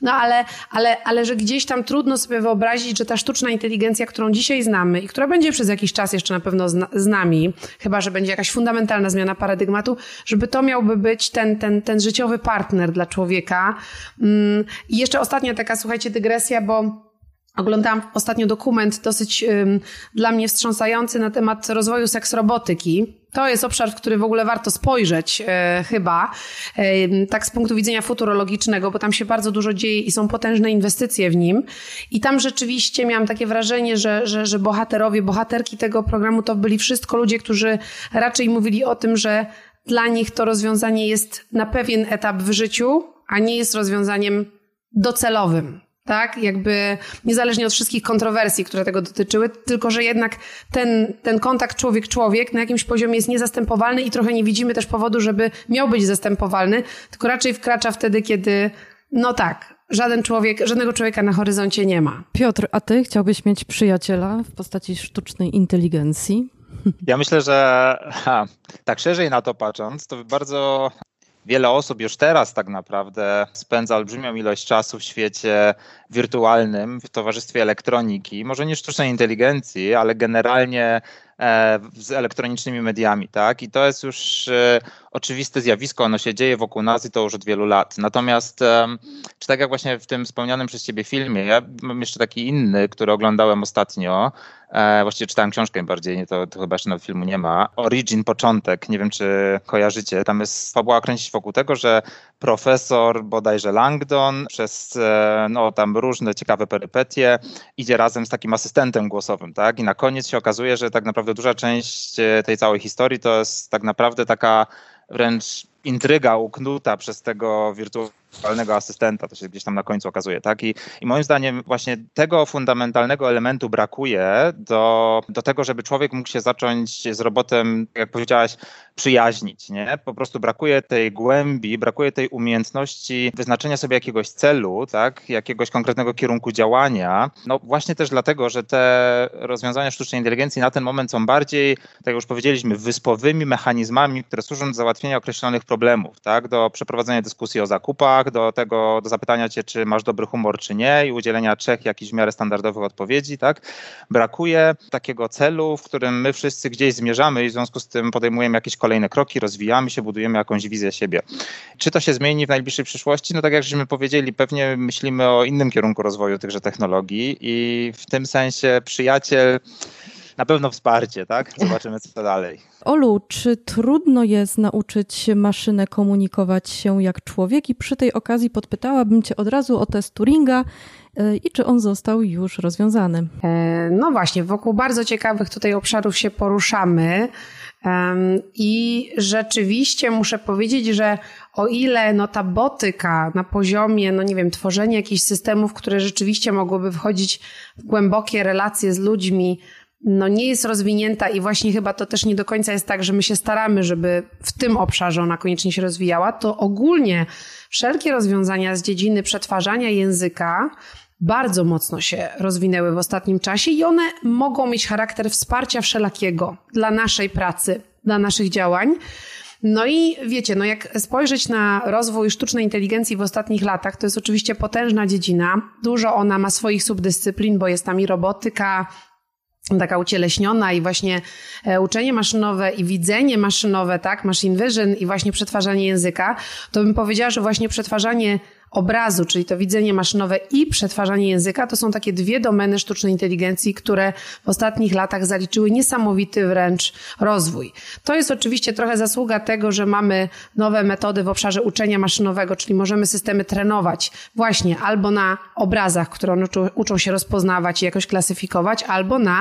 C: ale że gdzieś tam trudno sobie wyobrazić, że ta sztuczna inteligencja, którą dzisiaj znamy i która będzie przez jakiś czas jeszcze na pewno z nami, chyba że będzie jakaś fundamentalna zmiana paradygmatu, żeby to miałby być ten życiowy partner dla człowieka. I jeszcze ostatnia taka, słuchajcie, dygresja, bo oglądałam ostatnio dokument dosyć dla mnie wstrząsający na temat rozwoju seksrobotyki. To jest obszar, w który w ogóle warto spojrzeć chyba, tak z punktu widzenia futurologicznego, bo tam się bardzo dużo dzieje i są potężne inwestycje w nim. I tam rzeczywiście miałam takie wrażenie, że bohaterki tego programu to byli wszystko ludzie, którzy raczej mówili o tym, że dla nich to rozwiązanie jest na pewien etap w życiu, a nie jest rozwiązaniem docelowym. tak? Jakby niezależnie od wszystkich kontrowersji, które tego dotyczyły, tylko że jednak ten kontakt człowiek-człowiek na jakimś poziomie jest niezastępowalny i trochę nie widzimy też powodu, żeby miał być zastępowalny, tylko raczej wkracza wtedy, kiedy żadnego człowieka na horyzoncie nie ma.
A: Piotr, a ty chciałbyś mieć przyjaciela w postaci sztucznej inteligencji?
B: Ja myślę, że tak szerzej na to patrząc, to bardzo wiele osób już teraz tak naprawdę spędza olbrzymią ilość czasu w świecie wirtualnym, w towarzystwie elektroniki, może nie sztucznej inteligencji, ale generalnie z elektronicznymi mediami, tak? I to jest już oczywiste zjawisko, ono się dzieje wokół nas i to już od wielu lat. Natomiast, czy tak jak właśnie w tym wspomnianym przez ciebie filmie, ja mam jeszcze taki inny, który oglądałem ostatnio, właściwie czytałem książkę bardziej, to chyba jeszcze nawet filmu nie ma, Origin, Początek, nie wiem czy kojarzycie, tam jest fabuła kręcić wokół tego, że profesor bodajże Langdon przez tam różne ciekawe perypetie idzie razem z takim asystentem głosowym, tak? I na koniec się okazuje, że tak naprawdę duża część tej całej historii to jest tak naprawdę taka wręcz intryga uknuta przez tego wirtualnego asystenta, to się gdzieś tam na końcu okazuje, tak? I moim zdaniem właśnie tego fundamentalnego elementu brakuje do tego, żeby człowiek mógł się zacząć z robotem, jak powiedziałaś, przyjaźnić, nie? Po prostu brakuje tej głębi, brakuje tej umiejętności wyznaczenia sobie jakiegoś celu, tak? Jakiegoś konkretnego kierunku działania. No właśnie też dlatego, że te rozwiązania sztucznej inteligencji na ten moment są bardziej, tak jak już powiedzieliśmy, wyspowymi mechanizmami, które służą do załatwienia określonych problemów, tak? Do przeprowadzenia dyskusji o zakupach, do zapytania cię, czy masz dobry humor, czy nie i udzielenia 3 jakichś w miarę standardowych odpowiedzi, tak? Brakuje takiego celu, w którym my wszyscy gdzieś zmierzamy i w związku z tym podejmujemy jakieś kolejne kroki, rozwijamy się, budujemy jakąś wizję siebie. Czy to się zmieni w najbliższej przyszłości? No tak jak żeśmy powiedzieli, pewnie myślimy o innym kierunku rozwoju tychże technologii i w tym sensie przyjaciel, na pewno wsparcie, tak? Zobaczymy, co dalej.
A: Olu, czy trudno jest nauczyć maszynę komunikować się jak człowiek? I przy tej okazji podpytałabym cię od razu o test Turinga i czy on został już rozwiązany.
C: No właśnie, wokół bardzo ciekawych tutaj obszarów się poruszamy. I rzeczywiście muszę powiedzieć, że o ile ta botyka na poziomie, tworzenia jakichś systemów, które rzeczywiście mogłyby wchodzić w głębokie relacje z ludźmi, nie jest rozwinięta i właśnie chyba to też nie do końca jest tak, że my się staramy, żeby w tym obszarze ona koniecznie się rozwijała, to ogólnie wszelkie rozwiązania z dziedziny przetwarzania języka bardzo mocno się rozwinęły w ostatnim czasie i one mogą mieć charakter wsparcia wszelakiego dla naszej pracy, dla naszych działań. No i wiecie, jak spojrzeć na rozwój sztucznej inteligencji w ostatnich latach, to jest oczywiście potężna dziedzina. Dużo ona ma swoich subdyscyplin, bo jest tam i robotyka, taka ucieleśniona i właśnie uczenie maszynowe i widzenie maszynowe, tak, machine vision i właśnie przetwarzanie języka, to bym powiedziała, że właśnie przetwarzanie obrazu, czyli to widzenie maszynowe i przetwarzanie języka, to są takie 2 domeny sztucznej inteligencji, które w ostatnich latach zaliczyły niesamowity wręcz rozwój. To jest oczywiście trochę zasługa tego, że mamy nowe metody w obszarze uczenia maszynowego, czyli możemy systemy trenować właśnie albo na obrazach, które one uczą się rozpoznawać i jakoś klasyfikować, albo na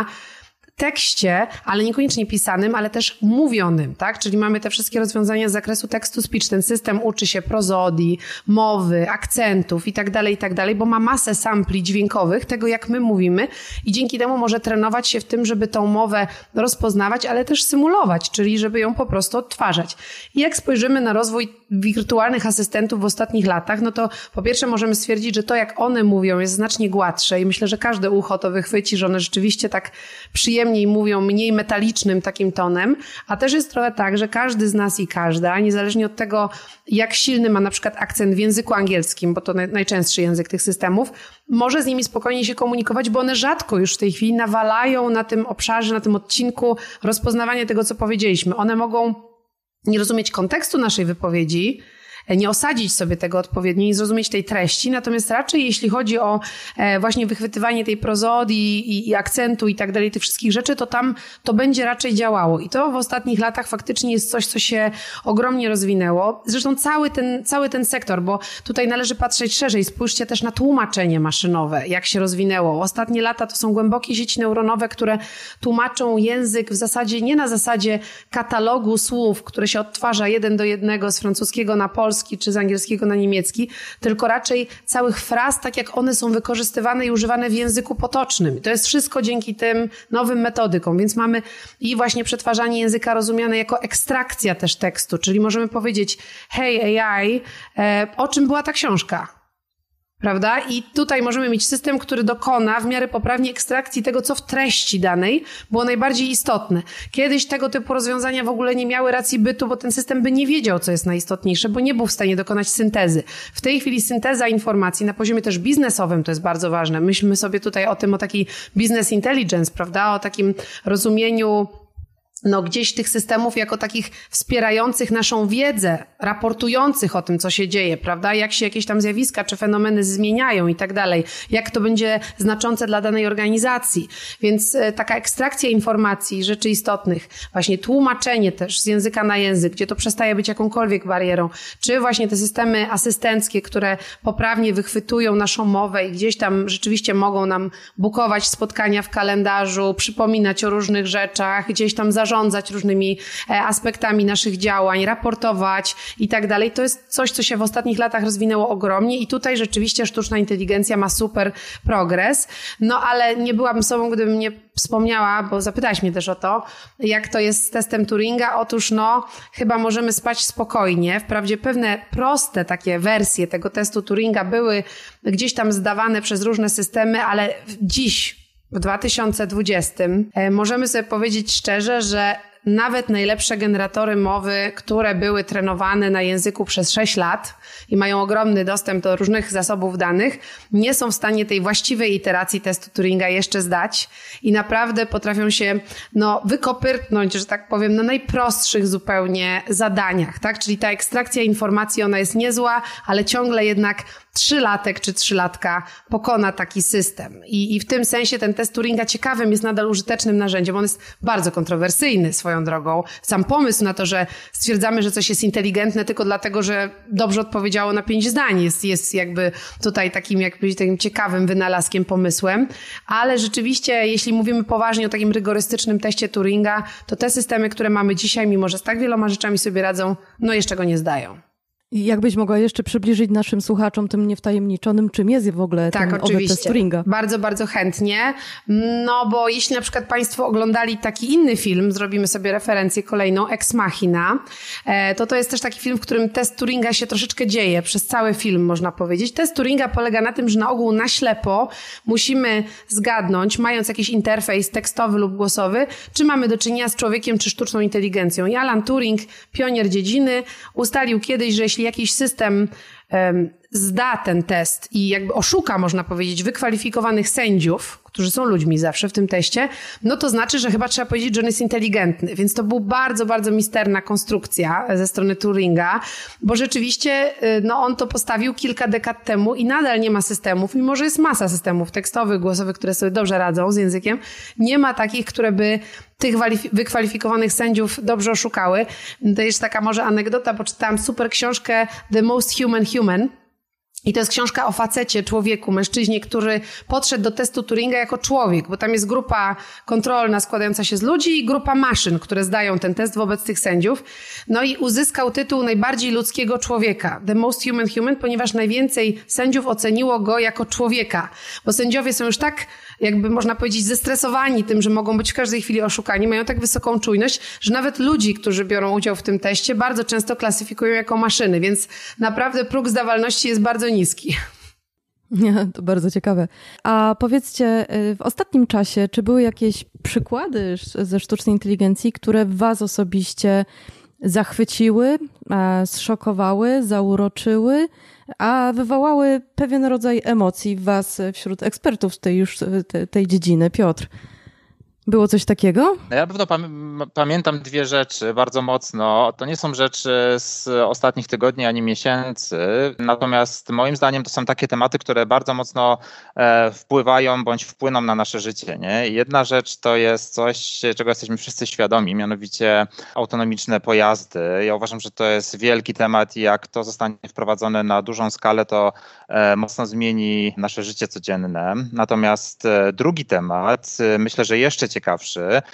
C: tekście, ale niekoniecznie pisanym, ale też mówionym, tak? Czyli mamy te wszystkie rozwiązania z zakresu text-to-speech. Ten system uczy się prozodii, mowy, akcentów i tak dalej, bo ma masę sampli dźwiękowych, tego jak my mówimy i dzięki temu może trenować się w tym, żeby tą mowę rozpoznawać, ale też symulować, czyli żeby ją po prostu odtwarzać. I jak spojrzymy na rozwój wirtualnych asystentów w ostatnich latach, no to po pierwsze możemy stwierdzić, że to jak one mówią jest znacznie gładsze i myślę, że każde ucho to wychwyci, że one rzeczywiście tak przyjemniej mówią, mniej metalicznym takim tonem, a też jest trochę tak, że każdy z nas i każda, niezależnie od tego, jak silny ma na przykład akcent w języku angielskim, bo to najczęstszy język tych systemów, może z nimi spokojnie się komunikować, bo one rzadko już w tej chwili nawalają na tym obszarze, na tym odcinku rozpoznawanie tego, co powiedzieliśmy. One mogą nie rozumieć kontekstu naszej wypowiedzi, nie osadzić sobie tego odpowiednio, nie zrozumieć tej treści, natomiast raczej jeśli chodzi o właśnie wychwytywanie tej prozodii i akcentu i tak dalej, tych wszystkich rzeczy, to tam to będzie raczej działało. I to w ostatnich latach faktycznie jest coś, co się ogromnie rozwinęło. Zresztą cały ten sektor, bo tutaj należy patrzeć szerzej. Spójrzcie też na tłumaczenie maszynowe, jak się rozwinęło. Ostatnie lata to są głębokie sieci neuronowe, które tłumaczą język w zasadzie nie na zasadzie katalogu słów, które się odtwarza 1 do 1 z francuskiego na polski, polski czy z angielskiego na niemiecki, tylko raczej całych fraz, tak jak one są wykorzystywane i używane w języku potocznym. To jest wszystko dzięki tym nowym metodykom, więc mamy i właśnie przetwarzanie języka rozumiane jako ekstrakcja też tekstu, czyli możemy powiedzieć: hej AI, o czym była ta książka? Prawda? I tutaj możemy mieć system, który dokona w miarę poprawnie ekstrakcji tego, co w treści danej było najbardziej istotne. Kiedyś tego typu rozwiązania w ogóle nie miały racji bytu, bo ten system by nie wiedział, co jest najistotniejsze, bo nie był w stanie dokonać syntezy. W tej chwili synteza informacji na poziomie też biznesowym to jest bardzo ważne. Myślmy sobie tutaj o tym, o takiej business intelligence, prawda? O takim rozumieniu gdzieś tych systemów jako takich wspierających naszą wiedzę, raportujących o tym, co się dzieje, prawda? Jak się jakieś tam zjawiska czy fenomeny zmieniają i tak dalej. Jak to będzie znaczące dla danej organizacji. Więc taka ekstrakcja informacji, rzeczy istotnych, właśnie tłumaczenie też z języka na język, gdzie to przestaje być jakąkolwiek barierą, czy właśnie te systemy asystenckie, które poprawnie wychwytują naszą mowę i gdzieś tam rzeczywiście mogą nam bukować spotkania w kalendarzu, przypominać o różnych rzeczach, gdzieś tam zarządzać różnymi aspektami naszych działań, raportować i tak dalej. To jest coś, co się w ostatnich latach rozwinęło ogromnie i tutaj rzeczywiście sztuczna inteligencja ma super progres. Ale nie byłabym sobą, gdybym nie wspomniała, bo zapytałaś mnie też o to, jak to jest z testem Turinga. Otóż chyba możemy spać spokojnie. Wprawdzie pewne proste takie wersje tego testu Turinga były gdzieś tam zdawane przez różne systemy, ale dziś w 2020 możemy sobie powiedzieć szczerze, że nawet najlepsze generatory mowy, które były trenowane na języku przez 6 lat i mają ogromny dostęp do różnych zasobów danych, nie są w stanie tej właściwej iteracji testu Turinga jeszcze zdać i naprawdę potrafią się wykopyrtnąć, że tak powiem, na najprostszych zupełnie zadaniach, tak? Czyli ta ekstrakcja informacji, ona jest niezła, ale ciągle jednak 3-latek czy 3-latka pokona taki system. I w tym sensie ten test Turinga ciekawym jest nadal użytecznym narzędziem. On jest bardzo kontrowersyjny swoją drogą. Sam pomysł na to, że stwierdzamy, że coś jest inteligentne tylko dlatego, że dobrze odpowiedziało na 5 zdań jest jakby tutaj takim ciekawym wynalazkiem, pomysłem. Ale rzeczywiście, jeśli mówimy poważnie o takim rygorystycznym teście Turinga, to te systemy, które mamy dzisiaj, mimo że z tak wieloma rzeczami sobie radzą, jeszcze go nie zdają.
A: I jakbyś mogła jeszcze przybliżyć naszym słuchaczom, tym niewtajemniczonym, czym jest w ogóle ten owy test Turinga?
C: Bardzo, bardzo chętnie. Bo jeśli na przykład Państwo oglądali taki inny film, zrobimy sobie referencję kolejną, Ex Machina, to jest też taki film, w którym test Turinga się troszeczkę dzieje przez cały film, można powiedzieć. Test Turinga polega na tym, że na ogół na ślepo musimy zgadnąć, mając jakiś interfejs tekstowy lub głosowy, czy mamy do czynienia z człowiekiem czy sztuczną inteligencją. I Alan Turing, pionier dziedziny, ustalił kiedyś, że jeśli jakiś system zda ten test i jakby oszuka, można powiedzieć, wykwalifikowanych sędziów, którzy są ludźmi zawsze w tym teście, to znaczy, że chyba trzeba powiedzieć, że on jest inteligentny. Więc to był bardzo, bardzo misterna konstrukcja ze strony Turinga, bo rzeczywiście on to postawił kilka dekad temu i nadal nie ma systemów, mimo że jest masa systemów tekstowych, głosowych, które sobie dobrze radzą z językiem. Nie ma takich, które by tych wykwalifikowanych sędziów dobrze oszukały. To jest taka może anegdota, bo czytałam super książkę The Most Human. I to jest książka o facecie, człowieku, mężczyźnie, który podszedł do testu Turinga jako człowiek, bo tam jest grupa kontrolna składająca się z ludzi i grupa maszyn, które zdają ten test wobec tych sędziów. I uzyskał tytuł najbardziej ludzkiego człowieka, The Most Human, ponieważ najwięcej sędziów oceniło go jako człowieka, bo sędziowie są już tak, jakby można powiedzieć, zestresowani tym, że mogą być w każdej chwili oszukani, mają tak wysoką czujność, że nawet ludzi, którzy biorą udział w tym teście, bardzo często klasyfikują jako maszyny, więc naprawdę próg zdawalności jest bardzo niski.
A: To bardzo ciekawe. A powiedzcie, w ostatnim czasie, czy były jakieś przykłady ze sztucznej inteligencji, które was osobiście zachwyciły, zszokowały, zauroczyły, a wywołały pewien rodzaj emocji w was wśród ekspertów z tej dziedziny? Piotr, było coś takiego?
B: Ja na pewno pamiętam 2 rzeczy bardzo mocno. To nie są rzeczy z ostatnich tygodni ani miesięcy, natomiast moim zdaniem to są takie tematy, które bardzo mocno wpływają bądź wpłyną na nasze życie. Nie? Jedna rzecz to jest coś, czego jesteśmy wszyscy świadomi, mianowicie autonomiczne pojazdy. Ja uważam, że to jest wielki temat i jak to zostanie wprowadzone na dużą skalę, to mocno zmieni nasze życie codzienne. Natomiast drugi temat, myślę, że jeszcze ciekawszy,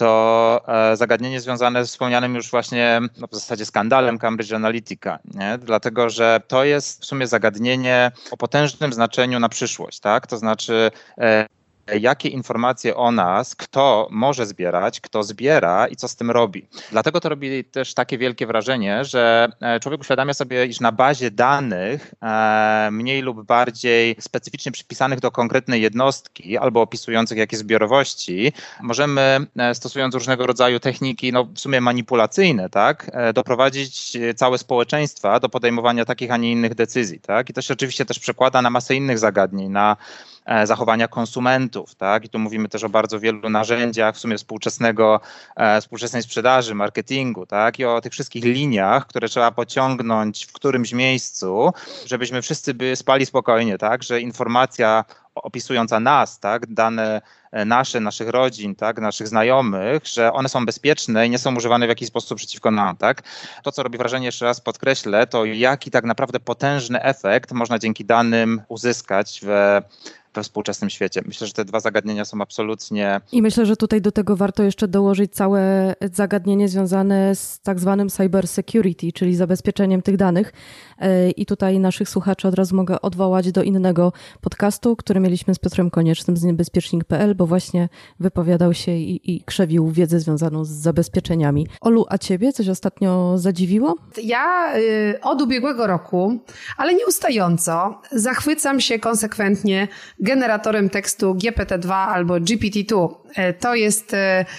B: to zagadnienie związane z wspomnianym już właśnie w zasadzie skandalem Cambridge Analytica, nie? Dlatego, że to jest w sumie zagadnienie o potężnym znaczeniu na przyszłość, tak? To znaczy jakie informacje o nas, kto może zbierać, kto zbiera i co z tym robi. Dlatego to robi też takie wielkie wrażenie, że człowiek uświadamia sobie, iż na bazie danych mniej lub bardziej specyficznie przypisanych do konkretnej jednostki albo opisujących jakieś zbiorowości, możemy, stosując różnego rodzaju techniki, w sumie manipulacyjne, tak, doprowadzić całe społeczeństwa do podejmowania takich, a nie innych decyzji. Tak? I to się oczywiście też przekłada na masę innych zagadnień, na zachowania konsumentów, tak? I tu mówimy też o bardzo wielu narzędziach w sumie współczesnej sprzedaży, marketingu, tak? I o tych wszystkich liniach, które trzeba pociągnąć w którymś miejscu, żebyśmy wszyscy spali spokojnie, tak? Że informacja opisująca nas, tak? Dane naszych rodzin, tak? Naszych znajomych, że one są bezpieczne i nie są używane w jakiś sposób przeciwko nam, tak? To, co robi wrażenie, jeszcze raz podkreślę, to jaki tak naprawdę potężny efekt można dzięki danym uzyskać we współczesnym świecie. Myślę, że te dwa zagadnienia są absolutnie...
A: I myślę, że tutaj do tego warto jeszcze dołożyć całe zagadnienie związane z tak zwanym cyber security, czyli zabezpieczeniem tych danych. I tutaj naszych słuchaczy od razu mogę odwołać do innego podcastu, który mieliśmy z Piotrem Koniecznym z niebezpiecznik.pl, bo właśnie wypowiadał się i krzewił wiedzę związaną z zabezpieczeniami. Olu, a ciebie coś ostatnio zadziwiło?
C: Ja od ubiegłego roku, ale nieustająco, zachwycam się konsekwentnie generatorem tekstu GPT-2 albo GPT-2. To jest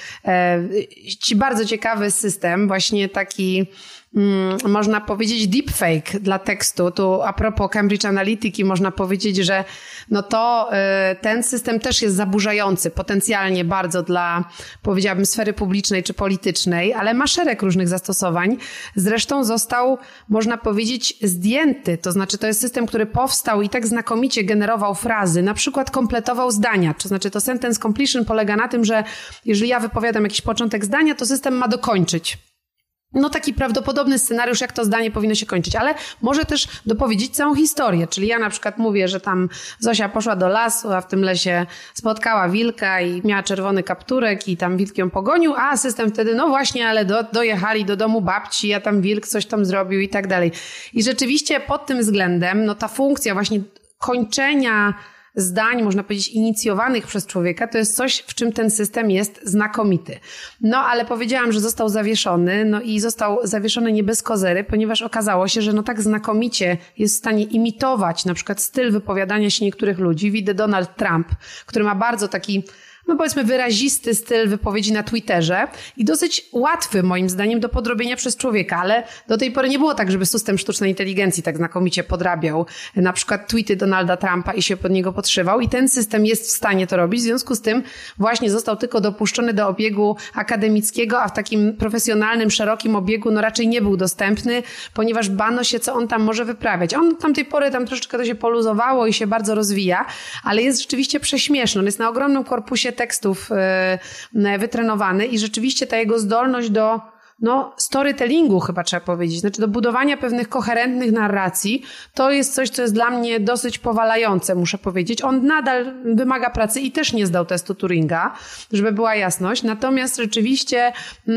C: bardzo ciekawy system, właśnie taki można powiedzieć deepfake dla tekstu. Tu a propos Cambridge Analytiki można powiedzieć, że ten system też jest zaburzający potencjalnie bardzo dla, powiedziałabym, sfery publicznej czy politycznej, ale ma szereg różnych zastosowań. Zresztą został, można powiedzieć, zdjęty. To znaczy to jest system, który powstał i tak znakomicie generował frazy, na przykład kompletował zdania. To znaczy to sentence completion polega na tym, że jeżeli ja wypowiadam jakiś początek zdania, to system ma dokończyć. Taki prawdopodobny scenariusz, jak to zdanie powinno się kończyć, ale może też dopowiedzieć całą historię, czyli ja na przykład mówię, że tam Zosia poszła do lasu, a w tym lesie spotkała wilka i miała czerwony kapturek i tam wilk ją pogonił, a system wtedy, właśnie, ale dojechali do domu babci, a tam wilk coś tam zrobił i tak dalej. I rzeczywiście pod tym względem, ta funkcja właśnie kończenia zdań, można powiedzieć, inicjowanych przez człowieka, to jest coś, w czym ten system jest znakomity. Ale powiedziałam, że został zawieszony, i został zawieszony nie bez kozery, ponieważ okazało się, że tak znakomicie jest w stanie imitować na przykład styl wypowiadania się niektórych ludzi. Widzę Donald Trump, który ma bardzo taki powiedzmy wyrazisty styl wypowiedzi na Twitterze i dosyć łatwy moim zdaniem do podrobienia przez człowieka, ale do tej pory nie było tak, żeby system sztucznej inteligencji tak znakomicie podrabiał na przykład tweety Donalda Trumpa i się pod niego podszywał i ten system jest w stanie to robić, w związku z tym właśnie został tylko dopuszczony do obiegu akademickiego, a w takim profesjonalnym, szerokim obiegu raczej nie był dostępny, ponieważ bano się, co on tam może wyprawiać. On tamtej pory troszeczkę to się poluzowało i się bardzo rozwija, ale jest rzeczywiście prześmieszny. On jest na ogromnym korpusie tekstów wytrenowany i rzeczywiście ta jego zdolność do storytellingu chyba trzeba powiedzieć, znaczy do budowania pewnych koherentnych narracji, to jest coś, co jest dla mnie dosyć powalające, muszę powiedzieć. On nadal wymaga pracy i też nie zdał testu Turinga, żeby była jasność, natomiast rzeczywiście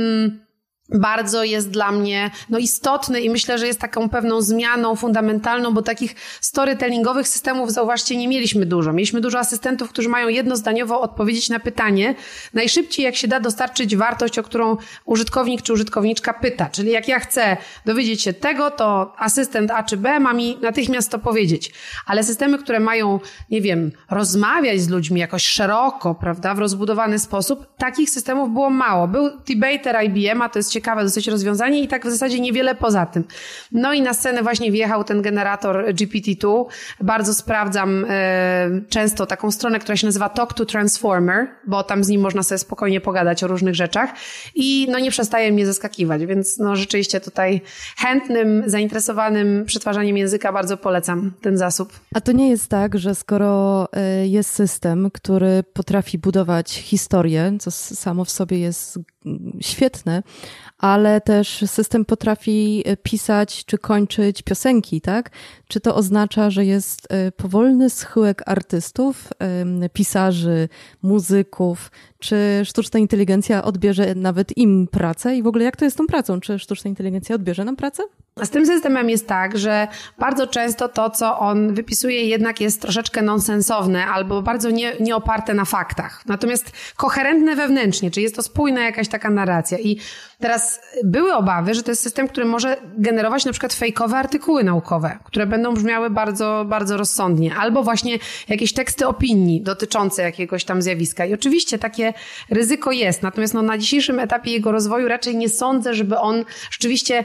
C: bardzo jest dla mnie istotny i myślę, że jest taką pewną zmianą fundamentalną, bo takich storytellingowych systemów, zauważcie, nie mieliśmy dużo. Mieliśmy dużo asystentów, którzy mają jednozdaniowo odpowiedzieć na pytanie najszybciej, jak się da dostarczyć wartość, o którą użytkownik czy użytkowniczka pyta. Czyli jak ja chcę dowiedzieć się tego, to asystent A czy B ma mi natychmiast to powiedzieć. Ale systemy, które mają, rozmawiać z ludźmi jakoś szeroko, prawda, w rozbudowany sposób, takich systemów było mało. Był Debater IBM, a to jest ciekawe dosyć rozwiązanie i tak w zasadzie niewiele poza tym. I na scenę właśnie wjechał ten generator GPT-2. Bardzo sprawdzam często taką stronę, która się nazywa Talk to Transformer, bo tam z nim można sobie spokojnie pogadać o różnych rzeczach i nie przestaje mnie zaskakiwać, więc rzeczywiście tutaj chętnym, zainteresowanym przetwarzaniem języka bardzo polecam ten zasób.
A: A to nie jest tak, że skoro jest system, który potrafi budować historię, co samo w sobie jest świetne, ale też system potrafi pisać czy kończyć piosenki, tak? Czy to oznacza, że jest powolny schyłek artystów, pisarzy, muzyków, czy sztuczna inteligencja odbierze nawet im pracę i w ogóle jak to jest z tą pracą? Czy sztuczna inteligencja odbierze nam pracę?
C: Z tym systemem jest tak, że bardzo często to, co on wypisuje, jednak jest troszeczkę nonsensowne albo bardzo nie oparte na faktach. Natomiast koherentne wewnętrznie, czyli jest to spójna jakaś taka narracja. I teraz były obawy, że to jest system, który może generować na przykład fejkowe artykuły naukowe, które będą brzmiały bardzo, bardzo rozsądnie, albo właśnie jakieś teksty opinii dotyczące jakiegoś tam zjawiska. I oczywiście takie ryzyko jest, natomiast na dzisiejszym etapie jego rozwoju raczej nie sądzę, żeby on rzeczywiście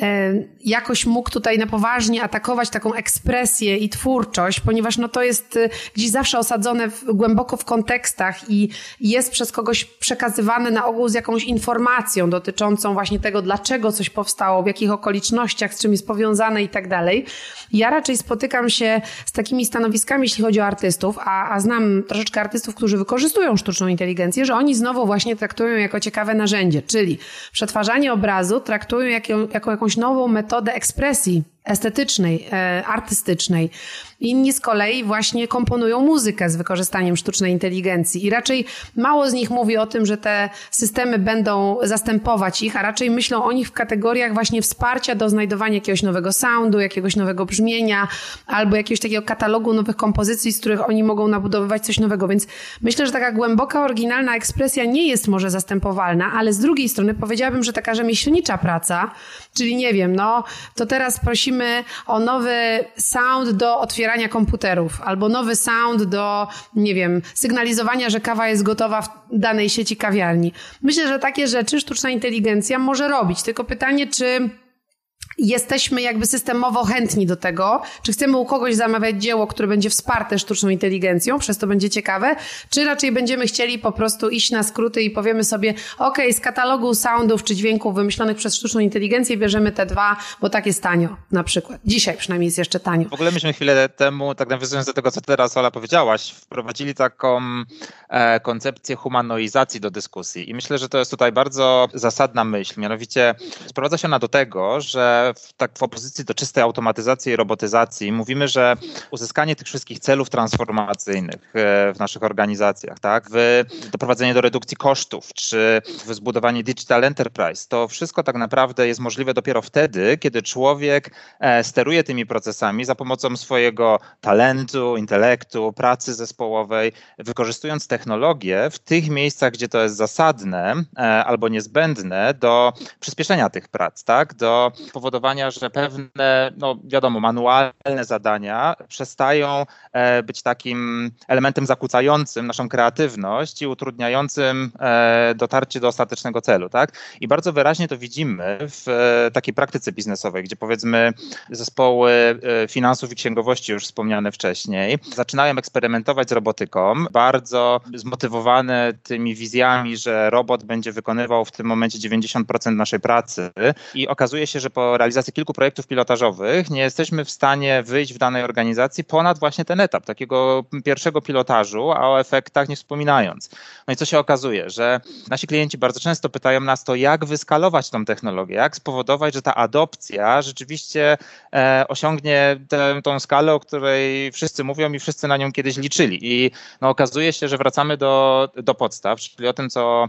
C: jakoś mógł tutaj na poważnie atakować taką ekspresję i twórczość, ponieważ to jest gdzieś zawsze osadzone głęboko w kontekstach i jest przez kogoś przekazywane na ogół z jakąś informacją dotyczącą właśnie tego, dlaczego coś powstało, w jakich okolicznościach, z czym jest powiązane i tak dalej. Ja raczej spotykam się z takimi stanowiskami, jeśli chodzi o artystów, a znam troszeczkę artystów, którzy wykorzystują sztuczną inteligencję, że oni znowu właśnie traktują jako ciekawe narzędzie, czyli przetwarzanie obrazu traktują jako jakąś nową metodę ekspresji estetycznej, artystycznej. Inni z kolei właśnie komponują muzykę z wykorzystaniem sztucznej inteligencji i raczej mało z nich mówi o tym, że te systemy będą zastępować ich, a raczej myślą o nich w kategoriach właśnie wsparcia do znajdowania jakiegoś nowego soundu, jakiegoś nowego brzmienia albo jakiegoś takiego katalogu nowych kompozycji, z których oni mogą nabudowywać coś nowego. Więc myślę, że taka głęboka, oryginalna ekspresja nie jest może zastępowalna, ale z drugiej strony powiedziałabym, że taka rzemieślnicza praca, czyli nie wiem, to teraz prosimy o nowy sound do otwierania komputerów albo nowy sound do, nie wiem, sygnalizowania, że kawa jest gotowa w danej sieci kawiarni. Myślę, że takie rzeczy sztuczna inteligencja może robić. Tylko pytanie, czy jesteśmy jakby systemowo chętni do tego, czy chcemy u kogoś zamawiać dzieło, które będzie wsparte sztuczną inteligencją, przez to będzie ciekawe, czy raczej będziemy chcieli po prostu iść na skróty i powiemy sobie, z katalogu soundów czy dźwięków wymyślonych przez sztuczną inteligencję bierzemy te dwa, bo tak jest tanio na przykład. Dzisiaj przynajmniej jest jeszcze tanio.
B: W ogóle myśmy chwilę temu, tak nawiązując do tego, co teraz Ola powiedziałaś, wprowadzili taką koncepcję humanoizacji do dyskusji i myślę, że to jest tutaj bardzo zasadna myśl, mianowicie sprowadza się ona do tego, że w opozycji do czystej automatyzacji i robotyzacji mówimy, że uzyskanie tych wszystkich celów transformacyjnych w naszych organizacjach, tak, doprowadzenie do redukcji kosztów, czy zbudowanie digital enterprise, to wszystko tak naprawdę jest możliwe dopiero wtedy, kiedy człowiek steruje tymi procesami za pomocą swojego talentu, intelektu, pracy zespołowej, wykorzystując technologię w tych miejscach, gdzie to jest zasadne albo niezbędne do przyspieszenia tych prac, tak, do powodowania, że pewne, manualne zadania przestają być takim elementem zakłócającym naszą kreatywność i utrudniającym dotarcie do ostatecznego celu, tak? I bardzo wyraźnie to widzimy w takiej praktyce biznesowej, gdzie powiedzmy zespoły finansów i księgowości, już wspomniane wcześniej, zaczynają eksperymentować z robotyką, bardzo zmotywowane tymi wizjami, że robot będzie wykonywał w tym momencie 90% naszej pracy i okazuje się, że po realizacji kilku projektów pilotażowych nie jesteśmy w stanie wyjść w danej organizacji ponad właśnie ten etap takiego pierwszego pilotażu, a o efektach nie wspominając. No i co się okazuje, że nasi klienci bardzo często pytają nas to, jak wyskalować tą technologię, jak spowodować, że ta adopcja rzeczywiście osiągnie tą skalę, o której wszyscy mówią i wszyscy na nią kiedyś liczyli. I okazuje się, że wracamy do podstaw, czyli o tym, co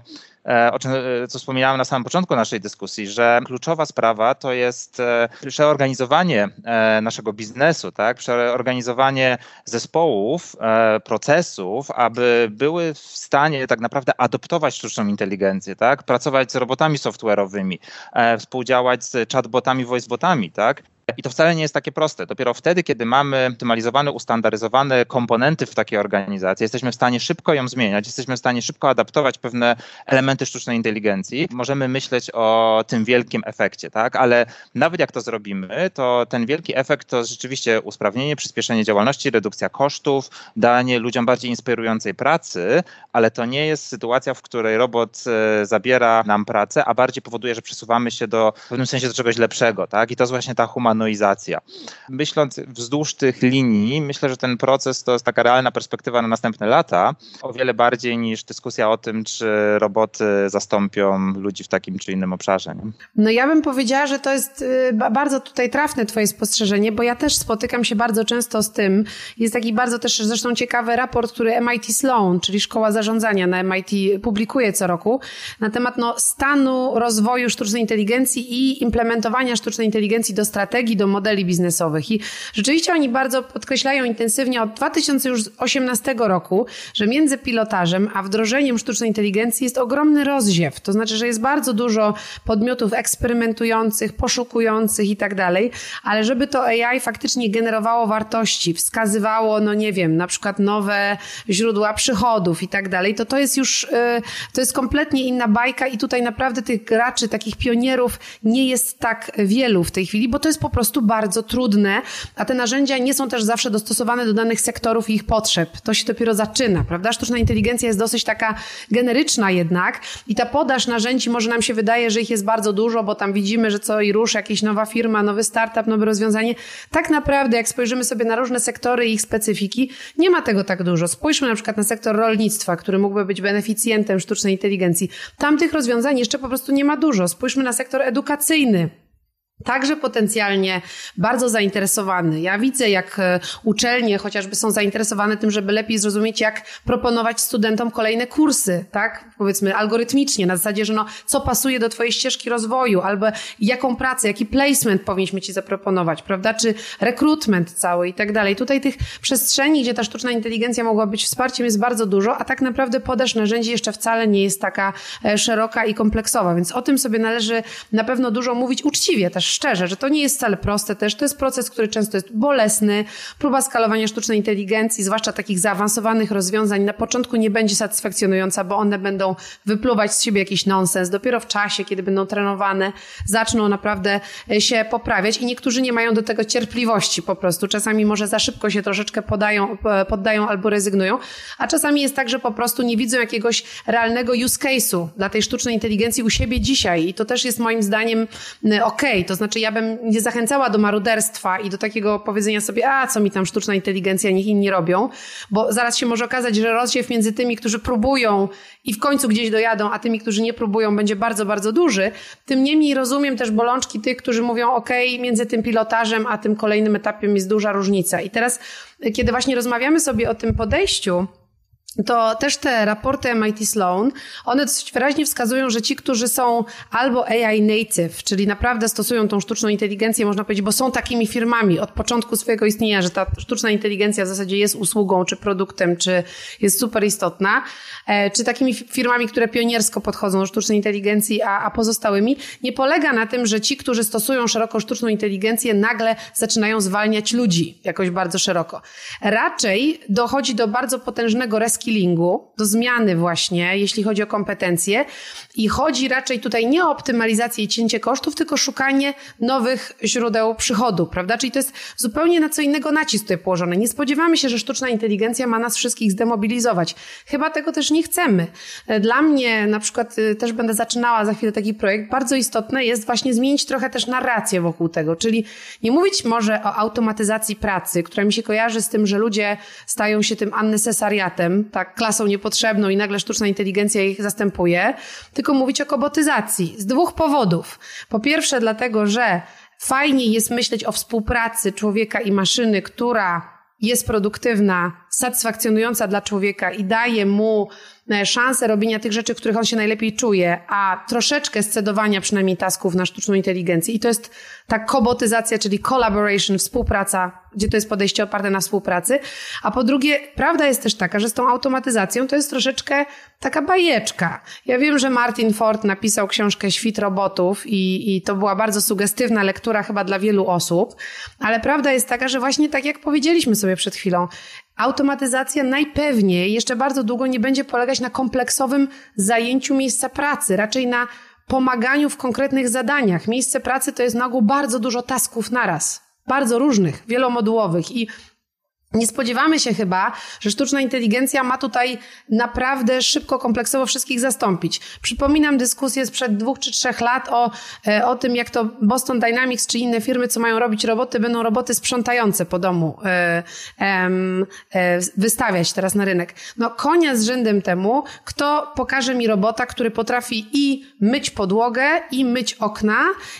B: wspominałem na samym początku naszej dyskusji, że kluczowa sprawa to jest przeorganizowanie naszego biznesu, tak? Przeorganizowanie zespołów, procesów, aby były w stanie tak naprawdę adoptować sztuczną inteligencję, tak? Pracować z robotami software'owymi, współdziałać z chatbotami, voicebotami, tak? I to wcale nie jest takie proste. Dopiero wtedy, kiedy mamy optymalizowane, ustandaryzowane komponenty w takiej organizacji, jesteśmy w stanie szybko ją zmieniać, jesteśmy w stanie szybko adaptować pewne elementy sztucznej inteligencji, możemy myśleć o tym wielkim efekcie, tak? Ale nawet jak to zrobimy, to ten wielki efekt to rzeczywiście usprawnienie, przyspieszenie działalności, redukcja kosztów, danie ludziom bardziej inspirującej pracy, ale to nie jest sytuacja, w której robot zabiera nam pracę, a bardziej powoduje, że przesuwamy się w pewnym sensie do czegoś lepszego, tak? I to jest właśnie ta humanoizacja humanoizacja. Myśląc wzdłuż tych linii, myślę, że ten proces to jest taka realna perspektywa na następne lata, o wiele bardziej niż dyskusja o tym, czy roboty zastąpią ludzi w takim czy innym obszarze. Nie?
C: No ja bym powiedziała, że to jest bardzo tutaj trafne twoje spostrzeżenie, bo ja też spotykam się bardzo często z tym. Jest taki bardzo też zresztą ciekawy raport, który MIT Sloan, czyli Szkoła Zarządzania na MIT, publikuje co roku na temat stanu rozwoju sztucznej inteligencji i implementowania sztucznej inteligencji do strategii, do modeli biznesowych. I rzeczywiście oni bardzo podkreślają intensywnie od 2018 roku, że między pilotażem a wdrożeniem sztucznej inteligencji jest ogromny rozdziew. To znaczy, że jest bardzo dużo podmiotów eksperymentujących, poszukujących i tak dalej, ale żeby to AI faktycznie generowało wartości, wskazywało, na przykład nowe źródła przychodów i tak dalej, to jest już, to jest kompletnie inna bajka i tutaj naprawdę tych graczy, takich pionierów nie jest tak wielu w tej chwili, bo to jest po prostu bardzo trudne, a te narzędzia nie są też zawsze dostosowane do danych sektorów i ich potrzeb. To się dopiero zaczyna, prawda? Sztuczna inteligencja jest dosyć taka generyczna jednak i ta podaż narzędzi, może nam się wydaje, że ich jest bardzo dużo, bo tam widzimy, że co i rusz, jakaś nowa firma, nowy startup, nowe rozwiązanie. Tak naprawdę, jak spojrzymy sobie na różne sektory i ich specyfiki, nie ma tego tak dużo. Spójrzmy na przykład na sektor rolnictwa, który mógłby być beneficjentem sztucznej inteligencji. Tam tych rozwiązań jeszcze po prostu nie ma dużo. Spójrzmy na sektor edukacyjny. Także potencjalnie bardzo zainteresowany. Ja widzę, jak uczelnie chociażby są zainteresowane tym, żeby lepiej zrozumieć, jak proponować studentom kolejne kursy, tak? Powiedzmy algorytmicznie, na zasadzie, że co pasuje do twojej ścieżki rozwoju, albo jaką pracę, jaki placement powinniśmy ci zaproponować, prawda? Czy rekrutment cały i tak dalej. Tutaj tych przestrzeni, gdzie ta sztuczna inteligencja mogła być wsparciem, jest bardzo dużo, a tak naprawdę podaż narzędzi jeszcze wcale nie jest taka szeroka i kompleksowa, więc o tym sobie należy na pewno dużo mówić uczciwie też, szczerze, że to nie jest wcale proste też. To jest proces, który często jest bolesny. Próba skalowania sztucznej inteligencji, zwłaszcza takich zaawansowanych rozwiązań, na początku nie będzie satysfakcjonująca, bo one będą wypluwać z siebie jakiś nonsens. Dopiero w czasie, kiedy będą trenowane, zaczną naprawdę się poprawiać i niektórzy nie mają do tego cierpliwości po prostu. Czasami może za szybko się troszeczkę poddają albo rezygnują, a czasami jest tak, że po prostu nie widzą jakiegoś realnego use case'u dla tej sztucznej inteligencji u siebie dzisiaj i to też jest moim zdaniem okej. To znaczy ja bym nie zachęcała do maruderstwa i do takiego powiedzenia sobie, co mi tam sztuczna inteligencja, niech inni robią, bo zaraz się może okazać, że rozdziew między tymi, którzy próbują i w końcu gdzieś dojadą, a tymi, którzy nie próbują, będzie bardzo, bardzo duży. Tym niemniej rozumiem też bolączki tych, którzy mówią, między tym pilotażem a tym kolejnym etapem jest duża różnica. I teraz, kiedy właśnie rozmawiamy sobie o tym podejściu, to też te raporty MIT Sloan, one dosyć wyraźnie wskazują, że ci, którzy są albo AI native, czyli naprawdę stosują tą sztuczną inteligencję, można powiedzieć, bo są takimi firmami od początku swojego istnienia, że ta sztuczna inteligencja w zasadzie jest usługą, czy produktem, czy jest super istotna, czy takimi firmami, które pioniersko podchodzą do sztucznej inteligencji, a pozostałymi, nie polega na tym, że ci, którzy stosują szeroko sztuczną inteligencję, nagle zaczynają zwalniać ludzi jakoś bardzo szeroko. Raczej dochodzi do bardzo potężnego reskillingu, do zmiany właśnie, jeśli chodzi o kompetencje i chodzi raczej tutaj nie o optymalizację i cięcie kosztów, tylko szukanie nowych źródeł przychodu, prawda? Czyli to jest zupełnie na co innego nacisk tutaj położony. Nie spodziewamy się, że sztuczna inteligencja ma nas wszystkich zdemobilizować. Chyba tego też nie chcemy. Dla mnie na przykład też będę zaczynała za chwilę taki projekt. Bardzo istotne jest właśnie zmienić trochę też narrację wokół tego, czyli nie mówić może o automatyzacji pracy, która mi się kojarzy z tym, że ludzie stają się tym unnecessariatem, tak, klasą niepotrzebną i nagle sztuczna inteligencja ich zastępuje, tylko mówić o kobotyzacji z dwóch powodów. Po pierwsze dlatego, że fajniej jest myśleć o współpracy człowieka i maszyny, która jest produktywna, satysfakcjonująca dla człowieka i daje mu szansę robienia tych rzeczy, w których on się najlepiej czuje, a troszeczkę scedowania przynajmniej tasków na sztuczną inteligencję. I to jest ta kobotyzacja, czyli collaboration, współpraca, gdzie to jest podejście oparte na współpracy. A po drugie, prawda jest też taka, że z tą automatyzacją to jest troszeczkę taka bajeczka. Ja wiem, że Martin Ford napisał książkę Świt robotów i to była bardzo sugestywna lektura chyba dla wielu osób, ale prawda jest taka, że właśnie tak jak powiedzieliśmy sobie przed chwilą, automatyzacja najpewniej jeszcze bardzo długo nie będzie polegać na kompleksowym zajęciu miejsca pracy, raczej na pomaganiu w konkretnych zadaniach. Miejsce pracy to jest na ogół bardzo dużo tasków naraz, bardzo różnych, wielomodułowych i Nie spodziewamy się chyba, że sztuczna inteligencja ma tutaj naprawdę szybko, kompleksowo wszystkich zastąpić. Przypominam dyskusję sprzed 2 czy 3 lat o tym, jak to Boston Dynamics czy inne firmy, co mają robić roboty, będą roboty sprzątające po domu wystawiać teraz na rynek. No konia z rzędem temu, kto pokaże mi robota, który potrafi i myć podłogę, i myć okna,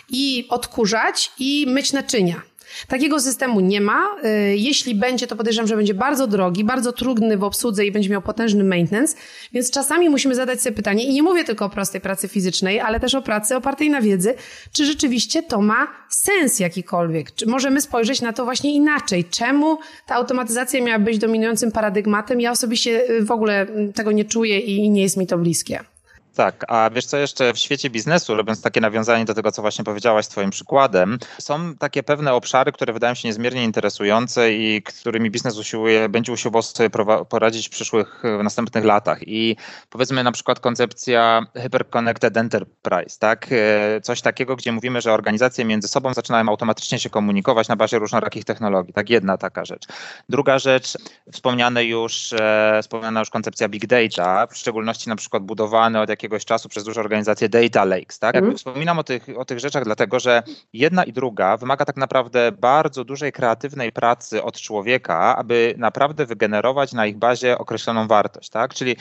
C: i odkurzać, i myć naczynia. Takiego systemu nie ma. Jeśli będzie, to podejrzewam, że będzie bardzo drogi, bardzo trudny w obsłudze i będzie miał potężny maintenance, więc czasami musimy zadać sobie pytanie, i nie mówię tylko o prostej pracy fizycznej, ale też o pracy opartej na wiedzy, czy rzeczywiście to ma sens jakikolwiek? Czy możemy spojrzeć na to właśnie inaczej? Czemu ta automatyzacja miała być dominującym paradygmatem? Ja osobiście w ogóle tego nie czuję i nie jest mi to bliskie.
B: Tak, a wiesz co jeszcze w świecie biznesu, robiąc takie nawiązanie do tego, co właśnie powiedziałaś twoim przykładem, są takie pewne obszary, które wydają się niezmiernie interesujące i którymi biznes będzie usiłował sobie poradzić w następnych latach. I powiedzmy na przykład koncepcja Hyper-Connected Enterprise, tak? Coś takiego, gdzie mówimy, że organizacje między sobą zaczynają automatycznie się komunikować na bazie różnorakich technologii. Tak, jedna taka rzecz. Druga rzecz, wspomniana już koncepcja Big Data, w szczególności na przykład budowane od jakiegoś czasu przez duże organizacje data lakes, tak? Jakby wspominam o tych rzeczach, dlatego że jedna i druga wymaga tak naprawdę bardzo dużej kreatywnej pracy od człowieka, aby naprawdę wygenerować na ich bazie określoną wartość, tak? Czyli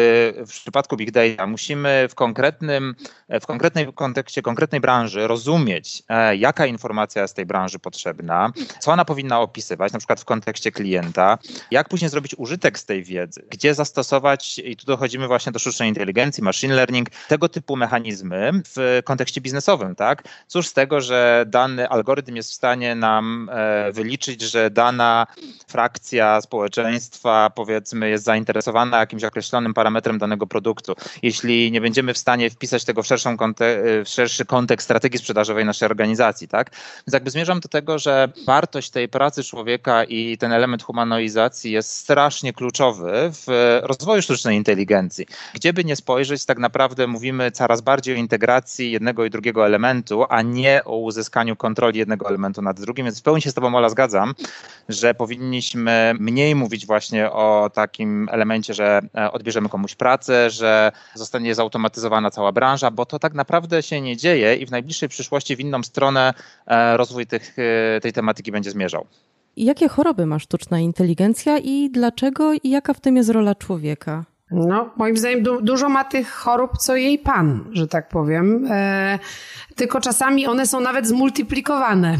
B: w przypadku Big Data musimy w konkretnym kontekście konkretnej branży rozumieć, jaka informacja jest tej branży potrzebna, co ona powinna opisywać, na przykład w kontekście klienta, jak później zrobić użytek z tej wiedzy, gdzie zastosować, i tu dochodzimy właśnie do sztucznej inteligencji, machine learning, tego typu mechanizmy w kontekście biznesowym, tak? Cóż z tego, że dany algorytm jest w stanie nam wyliczyć, że dana frakcja społeczeństwa, powiedzmy, jest zainteresowana jakimś określonym parametrem danego produktu. Jeśli nie będziemy w stanie wpisać tego w szerszy kontekst strategii sprzedażowej naszej organizacji, tak? Więc jakby zmierzam do tego, że wartość tej pracy człowieka i ten element humanoizacji jest strasznie kluczowy w rozwoju sztucznej inteligencji. Gdzie by nie spojrzeć, tak naprawdę mówimy coraz bardziej o integracji jednego i drugiego elementu, a nie o uzyskaniu kontroli jednego elementu nad drugim. Więc w pełni się z tobą, Ola, zgadzam, że powinniśmy mniej mówić właśnie o takim elemencie, że odbierzemy komuś pracę, że zostanie zautomatyzowana cała branża, bo to tak naprawdę się nie dzieje i w najbliższej przyszłości w inną stronę rozwój tej tematyki będzie zmierzał.
A: Jakie choroby ma sztuczna inteligencja i dlaczego i jaka w tym jest rola człowieka?
C: No, moim zdaniem dużo ma tych chorób, co jej pan, że tak powiem. Tylko czasami one są nawet zmultiplikowane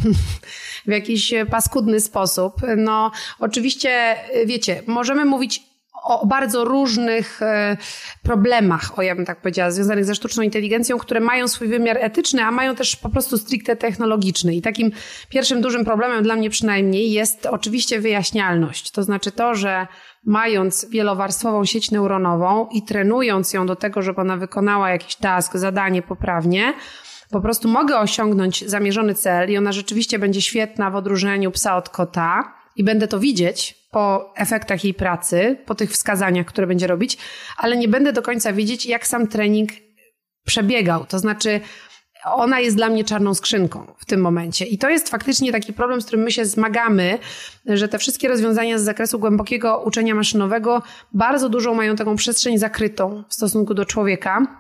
C: w jakiś paskudny sposób. No, oczywiście, wiecie, możemy mówić o bardzo różnych problemach, ja bym tak powiedziała, związanych ze sztuczną inteligencją, które mają swój wymiar etyczny, a mają też po prostu stricte technologiczny. I takim pierwszym dużym problemem dla mnie przynajmniej jest oczywiście wyjaśnialność. To znaczy to, że mając wielowarstwową sieć neuronową i trenując ją do tego, żeby ona wykonała jakiś task, zadanie poprawnie, po prostu mogę osiągnąć zamierzony cel i ona rzeczywiście będzie świetna w odróżnianiu psa od kota i będę to widzieć po efektach jej pracy, po tych wskazaniach, które będzie robić, ale nie będę do końca wiedzieć, jak sam trening przebiegał. To znaczy ona jest dla mnie czarną skrzynką w tym momencie. I to jest faktycznie taki problem, z którym my się zmagamy, że te wszystkie rozwiązania z zakresu głębokiego uczenia maszynowego bardzo dużą mają taką przestrzeń zakrytą w stosunku do człowieka.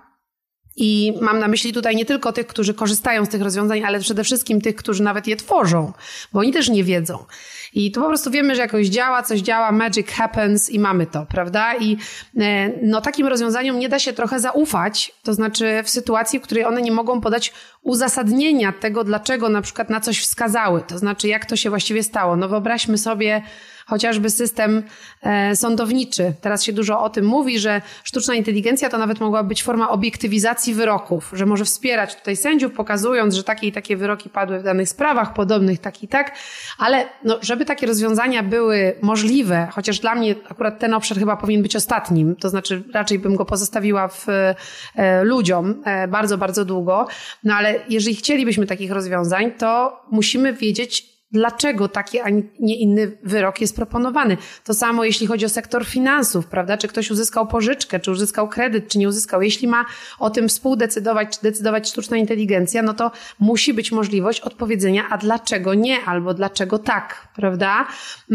C: I mam na myśli tutaj nie tylko tych, którzy korzystają z tych rozwiązań, ale przede wszystkim tych, którzy nawet je tworzą, bo oni też nie wiedzą. I tu po prostu wiemy, że jakoś działa, coś działa, magic happens i mamy to, prawda? I no, takim rozwiązaniom nie da się trochę zaufać, to znaczy w sytuacji, w której one nie mogą podać uzasadnienia tego, dlaczego na przykład na coś wskazały, to znaczy jak to się właściwie stało. No wyobraźmy sobie chociażby system sądowniczy. Teraz się dużo o tym mówi, że sztuczna inteligencja to nawet mogła być forma obiektywizacji wyroków, że może wspierać tutaj sędziów, pokazując, że takie i takie wyroki padły w danych sprawach, podobnych tak i tak, ale no, żeby takie rozwiązania były możliwe, chociaż dla mnie akurat ten obszar chyba powinien być ostatnim, to znaczy raczej bym go pozostawiła w ludziom bardzo, bardzo długo, no ale jeżeli chcielibyśmy takich rozwiązań, to musimy wiedzieć, dlaczego taki, a nie inny wyrok jest proponowany. To samo jeśli chodzi o sektor finansów, prawda? Czy ktoś uzyskał pożyczkę, czy uzyskał kredyt, czy nie uzyskał. Jeśli ma o tym współdecydować, czy decydować sztuczna inteligencja, no to musi być możliwość odpowiedzenia, a dlaczego nie, albo dlaczego tak, prawda?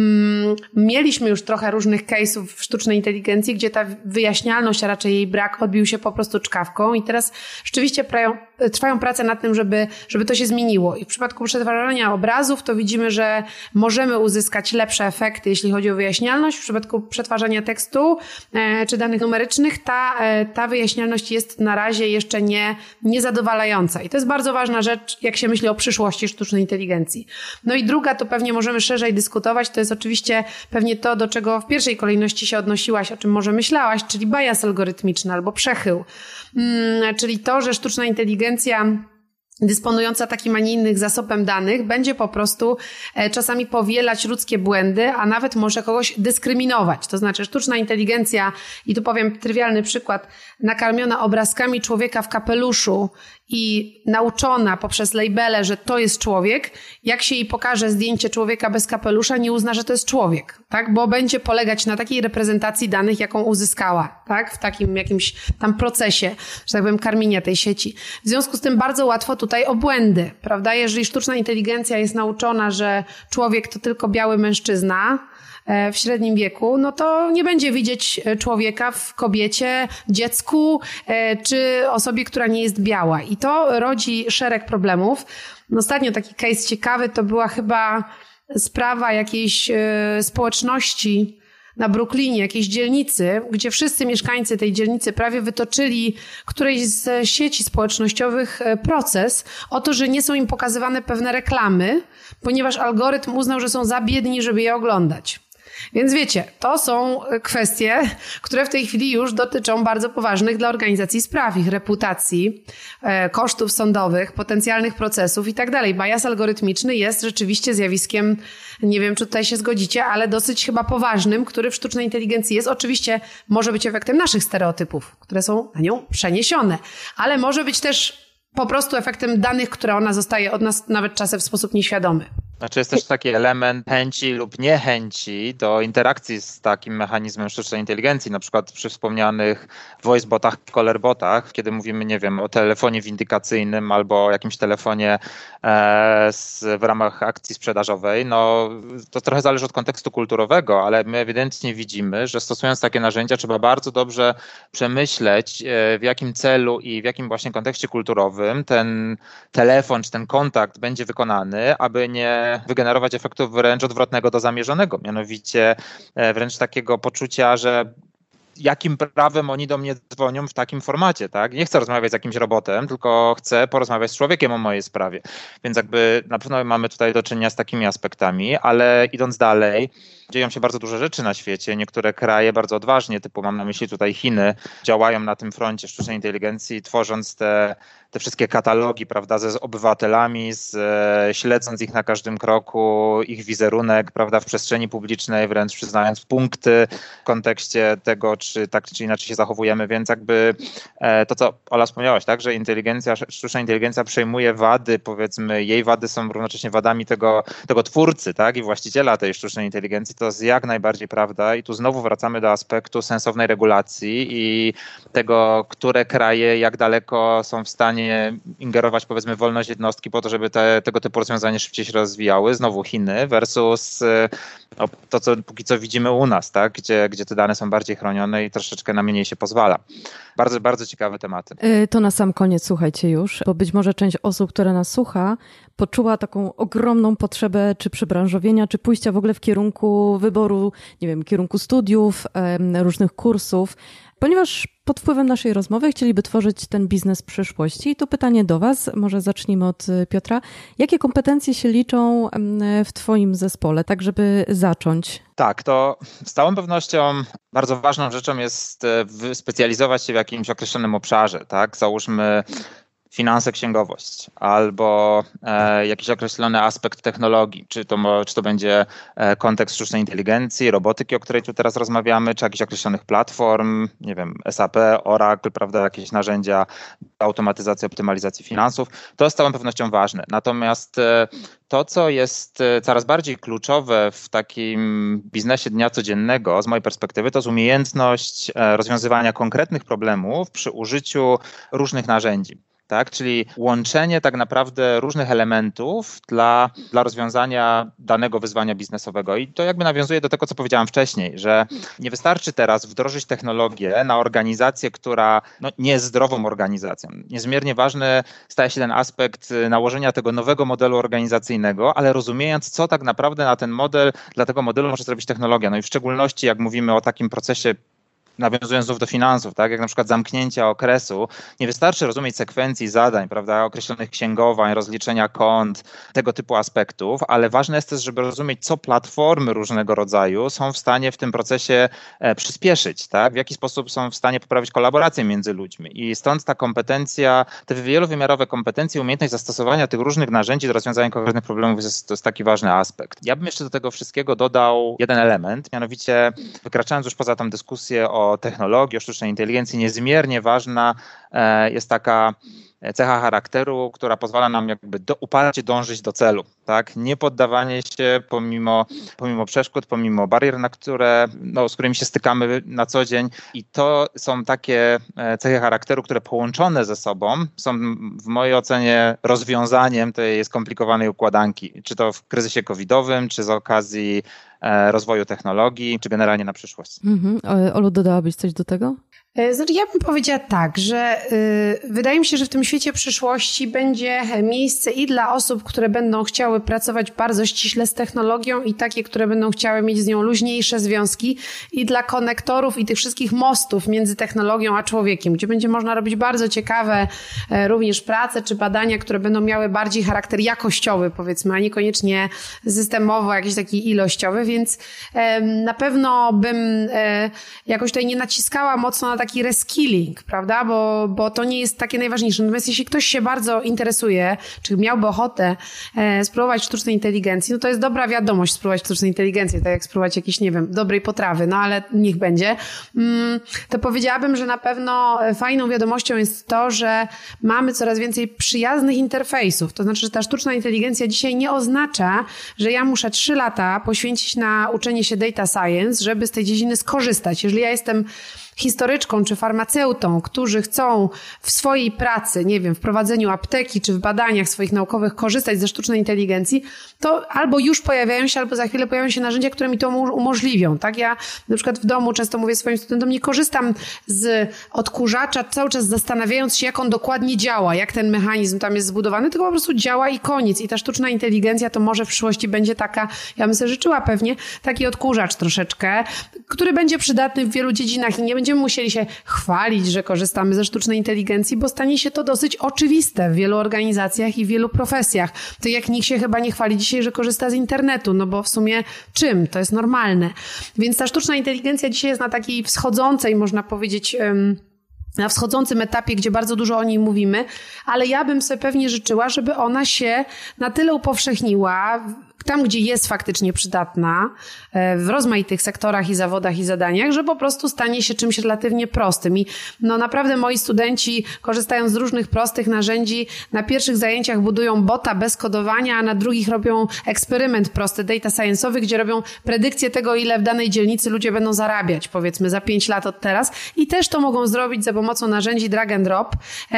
C: Mieliśmy już trochę różnych case'ów w sztucznej inteligencji, gdzie ta wyjaśnialność, a raczej jej brak odbił się po prostu czkawką i teraz rzeczywiście trwają prace nad tym, żeby to się zmieniło. I w przypadku przetwarzania obrazów to widzimy, że możemy uzyskać lepsze efekty, jeśli chodzi o wyjaśnialność. W przypadku przetwarzania tekstu czy danych numerycznych ta wyjaśnialność jest na razie jeszcze niezadowalająca. I to jest bardzo ważna rzecz, jak się myśli o przyszłości sztucznej inteligencji. No i druga, to pewnie możemy szerzej dyskutować, to jest oczywiście pewnie to, do czego w pierwszej kolejności się odnosiłaś, o czym może myślałaś, czyli bias algorytmiczny albo przechył. Czyli to, że sztuczna inteligencja dysponująca takim, a nie innym zasobem danych będzie po prostu czasami powielać ludzkie błędy, a nawet może kogoś dyskryminować. To znaczy sztuczna inteligencja, i tu powiem trywialny przykład, nakarmiona obrazkami człowieka w kapeluszu i nauczona poprzez labele, że to jest człowiek, jak się jej pokaże zdjęcie człowieka bez kapelusza, nie uzna, że to jest człowiek, tak? Bo będzie polegać na takiej reprezentacji danych, jaką uzyskała, tak? W takim jakimś tam procesie, że tak powiem, karmienia tej sieci. W związku z tym bardzo łatwo tutaj o błędy, prawda? Jeżeli sztuczna inteligencja jest nauczona, że człowiek to tylko biały mężczyzna w średnim wieku, no to nie będzie widzieć człowieka w kobiecie, dziecku czy osobie, która nie jest biała. I to rodzi szereg problemów. Ostatnio taki case ciekawy to była chyba sprawa jakiejś społeczności na Brooklynie, jakiejś dzielnicy, gdzie wszyscy mieszkańcy tej dzielnicy prawie wytoczyli którejś z sieci społecznościowych proces o to, że nie są im pokazywane pewne reklamy, ponieważ algorytm uznał, że są za biedni, żeby je oglądać. Więc wiecie, to są kwestie, które w tej chwili już dotyczą bardzo poważnych dla organizacji spraw, ich reputacji, kosztów sądowych, potencjalnych procesów i tak dalej. Bias algorytmiczny jest rzeczywiście zjawiskiem, nie wiem, czy tutaj się zgodzicie, ale dosyć chyba poważnym, który w sztucznej inteligencji jest. Oczywiście może być efektem naszych stereotypów, które są na nią przeniesione, ale może być też po prostu efektem danych, które ona zostaje od nas nawet czasem w sposób nieświadomy.
B: Znaczy jest też taki element chęci lub niechęci do interakcji z takim mechanizmem sztucznej inteligencji, na przykład przy wspomnianych voicebotach, callerbotach, kiedy mówimy, nie wiem, o telefonie windykacyjnym albo o jakimś telefonie w ramach akcji sprzedażowej, no to trochę zależy od kontekstu kulturowego, ale my ewidentnie widzimy, że stosując takie narzędzia trzeba bardzo dobrze przemyśleć, w jakim celu i w jakim właśnie kontekście kulturowym ten telefon czy ten kontakt będzie wykonany, aby nie wygenerować efektu wręcz odwrotnego do zamierzonego, mianowicie wręcz takiego poczucia, że jakim prawem oni do mnie dzwonią w takim formacie, tak? Nie chcę rozmawiać z jakimś robotem, tylko chcę porozmawiać z człowiekiem o mojej sprawie. Więc jakby na pewno mamy tutaj do czynienia z takimi aspektami, ale idąc dalej, dzieją się bardzo duże rzeczy na świecie. Niektóre kraje bardzo odważnie, typu mam na myśli tutaj Chiny, działają na tym froncie sztucznej inteligencji, tworząc te wszystkie katalogi, prawda, ze obywatelami, śledząc ich na każdym kroku, ich wizerunek, prawda, w przestrzeni publicznej, wręcz przyznając punkty w kontekście tego, czy tak czy inaczej się zachowujemy, więc jakby to, co Ola wspomniałaś, tak, że sztuczna inteligencja przejmuje wady, powiedzmy, jej wady są równocześnie wadami tego twórcy, tak, i właściciela tej sztucznej inteligencji, to jest jak najbardziej prawda i tu znowu wracamy do aspektu sensownej regulacji i tego, które kraje jak daleko są w stanie ingerować, powiedzmy, wolność jednostki po to, żeby tego typu rozwiązania szybciej się rozwijały. Znowu Chiny versus to, co póki co widzimy u nas, tak? Gdzie te dane są bardziej chronione i troszeczkę na mniej się pozwala. Bardzo, bardzo ciekawe tematy.
A: To na sam koniec, słuchajcie już, bo być może część osób, która nas słucha, poczuła taką ogromną potrzebę czy przebranżowienia, czy pójścia w ogóle w kierunku wyboru, nie wiem, kierunku studiów, różnych kursów, ponieważ pod wpływem naszej rozmowy chcieliby tworzyć ten biznes przyszłości. I tu pytanie do Was, może zacznijmy od Piotra. Jakie kompetencje się liczą w Twoim zespole, tak żeby zacząć?
B: Tak, to z całą pewnością bardzo ważną rzeczą jest specjalizować się w jakimś określonym obszarze, tak? Załóżmy, finanse, księgowość, albo jakiś określony aspekt technologii, czy to będzie kontekst sztucznej inteligencji, robotyki, o której tu teraz rozmawiamy, czy jakichś określonych platform, nie wiem, SAP, Oracle, prawda, jakieś narzędzia automatyzacji, optymalizacji finansów, to jest z całą pewnością ważne. Natomiast to, co jest coraz bardziej kluczowe w takim biznesie dnia codziennego, z mojej perspektywy, to jest umiejętność rozwiązywania konkretnych problemów przy użyciu różnych narzędzi. Tak, czyli łączenie tak naprawdę różnych elementów dla rozwiązania danego wyzwania biznesowego. I to jakby nawiązuje do tego, co powiedziałam wcześniej, że nie wystarczy teraz wdrożyć technologię na organizację, która nie jest zdrową organizacją. Niezmiernie ważny staje się ten aspekt nałożenia tego nowego modelu organizacyjnego, ale rozumiejąc, co tak naprawdę na ten model, dla tego modelu może zrobić technologia. No i w szczególności jak mówimy o takim procesie, nawiązując znów do finansów, tak, jak na przykład zamknięcia okresu, nie wystarczy rozumieć sekwencji zadań, prawda, określonych księgowań, rozliczenia kont, tego typu aspektów, ale ważne jest też, żeby rozumieć, co platformy różnego rodzaju są w stanie w tym procesie przyspieszyć, tak, w jaki sposób są w stanie poprawić kolaborację między ludźmi. I stąd ta kompetencja, te wielowymiarowe kompetencje, umiejętność zastosowania tych różnych narzędzi do rozwiązania konkretnych problemów to jest taki ważny aspekt. Ja bym jeszcze do tego wszystkiego dodał jeden element, mianowicie wykraczając już poza tą dyskusję o technologii, o sztucznej inteligencji, niezmiernie ważna jest taka cecha charakteru, która pozwala nam jakby uparcie dążyć do celu, tak? Nie poddawanie się pomimo przeszkód, pomimo barier, z którymi się stykamy na co dzień. I to są takie cechy charakteru, które połączone ze sobą są w mojej ocenie rozwiązaniem tej skomplikowanej układanki, czy to w kryzysie covidowym, czy z okazji rozwoju technologii, czy generalnie na przyszłość.
A: Olu, dodałabyś coś do tego?
C: Znaczy, ja bym powiedziała tak, że wydaje mi się, że w tym świecie przyszłości będzie miejsce i dla osób, które będą chciały pracować bardzo ściśle z technologią i takie, które będą chciały mieć z nią luźniejsze związki, i dla konektorów i tych wszystkich mostów między technologią a człowiekiem, gdzie będzie można robić bardzo ciekawe również prace czy badania, które będą miały bardziej charakter jakościowy, powiedzmy, a niekoniecznie systemowo, jakiś taki ilościowy, więc na pewno bym jakoś tutaj nie naciskała mocno na taki reskilling, prawda, bo to nie jest takie najważniejsze. Natomiast jeśli ktoś się bardzo interesuje, czy miałby ochotę spróbować sztucznej inteligencji, no to jest dobra wiadomość spróbować sztucznej inteligencji, tak jak spróbować jakiejś, nie wiem, dobrej potrawy, no ale niech będzie. To powiedziałabym, że na pewno fajną wiadomością jest to, że mamy coraz więcej przyjaznych interfejsów. To znaczy, że ta sztuczna inteligencja dzisiaj nie oznacza, że ja muszę 3 lata poświęcić na uczenie się data science, żeby z tej dziedziny skorzystać. Jeżeli ja jestem historyczką czy farmaceutą, którzy chcą w swojej pracy, nie wiem, w prowadzeniu apteki czy w badaniach swoich naukowych korzystać ze sztucznej inteligencji, to albo już pojawiają się, albo za chwilę pojawią się narzędzia, które mi to umożliwią. Tak? Ja na przykład w domu często mówię swoim studentom, nie korzystam z odkurzacza, cały czas zastanawiając się, jak on dokładnie działa, jak ten mechanizm tam jest zbudowany, tylko po prostu działa i koniec. I ta sztuczna inteligencja to może w przyszłości będzie taka, ja bym sobie życzyła pewnie, taki odkurzacz troszeczkę, który będzie przydatny w wielu dziedzinach i nie będziemy musieli się chwalić, że korzystamy ze sztucznej inteligencji, bo stanie się to dosyć oczywiste w wielu organizacjach i w wielu profesjach. To jak nikt się chyba nie chwali dzisiaj, że korzysta z internetu, no bo w sumie czym? To jest normalne. Więc ta sztuczna inteligencja dzisiaj jest na takiej wschodzącej, można powiedzieć, na wschodzącym etapie, gdzie bardzo dużo o niej mówimy, ale ja bym sobie pewnie życzyła, żeby ona się na tyle upowszechniła, tam, gdzie jest faktycznie przydatna, w rozmaitych sektorach i zawodach i zadaniach, że po prostu stanie się czymś relatywnie prostym. I no naprawdę moi studenci, korzystając z różnych prostych narzędzi, na pierwszych zajęciach budują bota bez kodowania, a na drugich robią eksperyment prosty, data science'owy, gdzie robią predykcję tego, ile w danej dzielnicy ludzie będą zarabiać, powiedzmy, za 5 lat od teraz. I też to mogą zrobić za pomocą narzędzi drag and drop,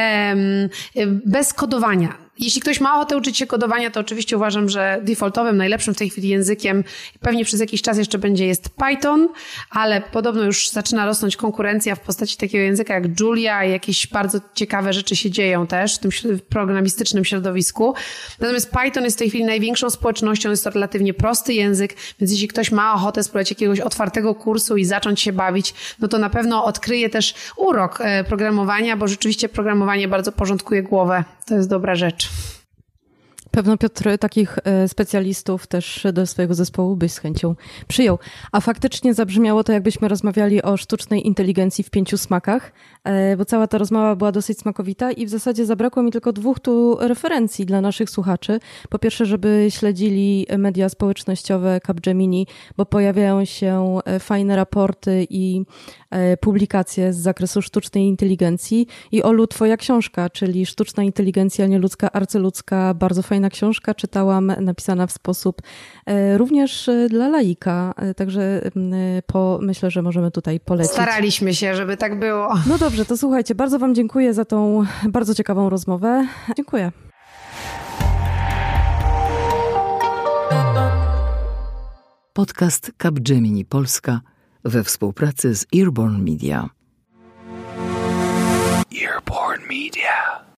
C: bez kodowania. Jeśli ktoś ma ochotę uczyć się kodowania, to oczywiście uważam, że defaultowym, najlepszym w tej chwili językiem, pewnie przez jakiś czas jeszcze jest Python, ale podobno już zaczyna rosnąć konkurencja w postaci takiego języka jak Julia i jakieś bardzo ciekawe rzeczy się dzieją też w tym programistycznym środowisku. Natomiast Python jest w tej chwili największą społecznością, jest to relatywnie prosty język, więc jeśli ktoś ma ochotę spróbować jakiegoś otwartego kursu i zacząć się bawić, no to na pewno odkryje też urok programowania, bo rzeczywiście programowanie bardzo porządkuje głowę. To jest dobra rzecz.
A: Pewno Piotr takich specjalistów też do swojego zespołu byś z chęcią przyjął. A faktycznie zabrzmiało to, jakbyśmy rozmawiali o sztucznej inteligencji w 5 smakach, bo cała ta rozmowa była dosyć smakowita i w zasadzie zabrakło mi tylko 2 tu referencji dla naszych słuchaczy. Po pierwsze, żeby śledzili media społecznościowe Capgemini, bo pojawiają się fajne raporty i publikacje z zakresu sztucznej inteligencji. I Olu, twoja książka, czyli Sztuczna inteligencja nieludzka, arcyludzka, bardzo fajna książka, czytałam, napisana w sposób również dla laika, także myślę, że możemy tutaj polecić.
C: Staraliśmy się, żeby tak było.
A: No dobrze, to słuchajcie, bardzo wam dziękuję za tą bardzo ciekawą rozmowę. Dziękuję.
D: Podcast Capgemini Polska we współpracy z Earborn Media. Earborn Media.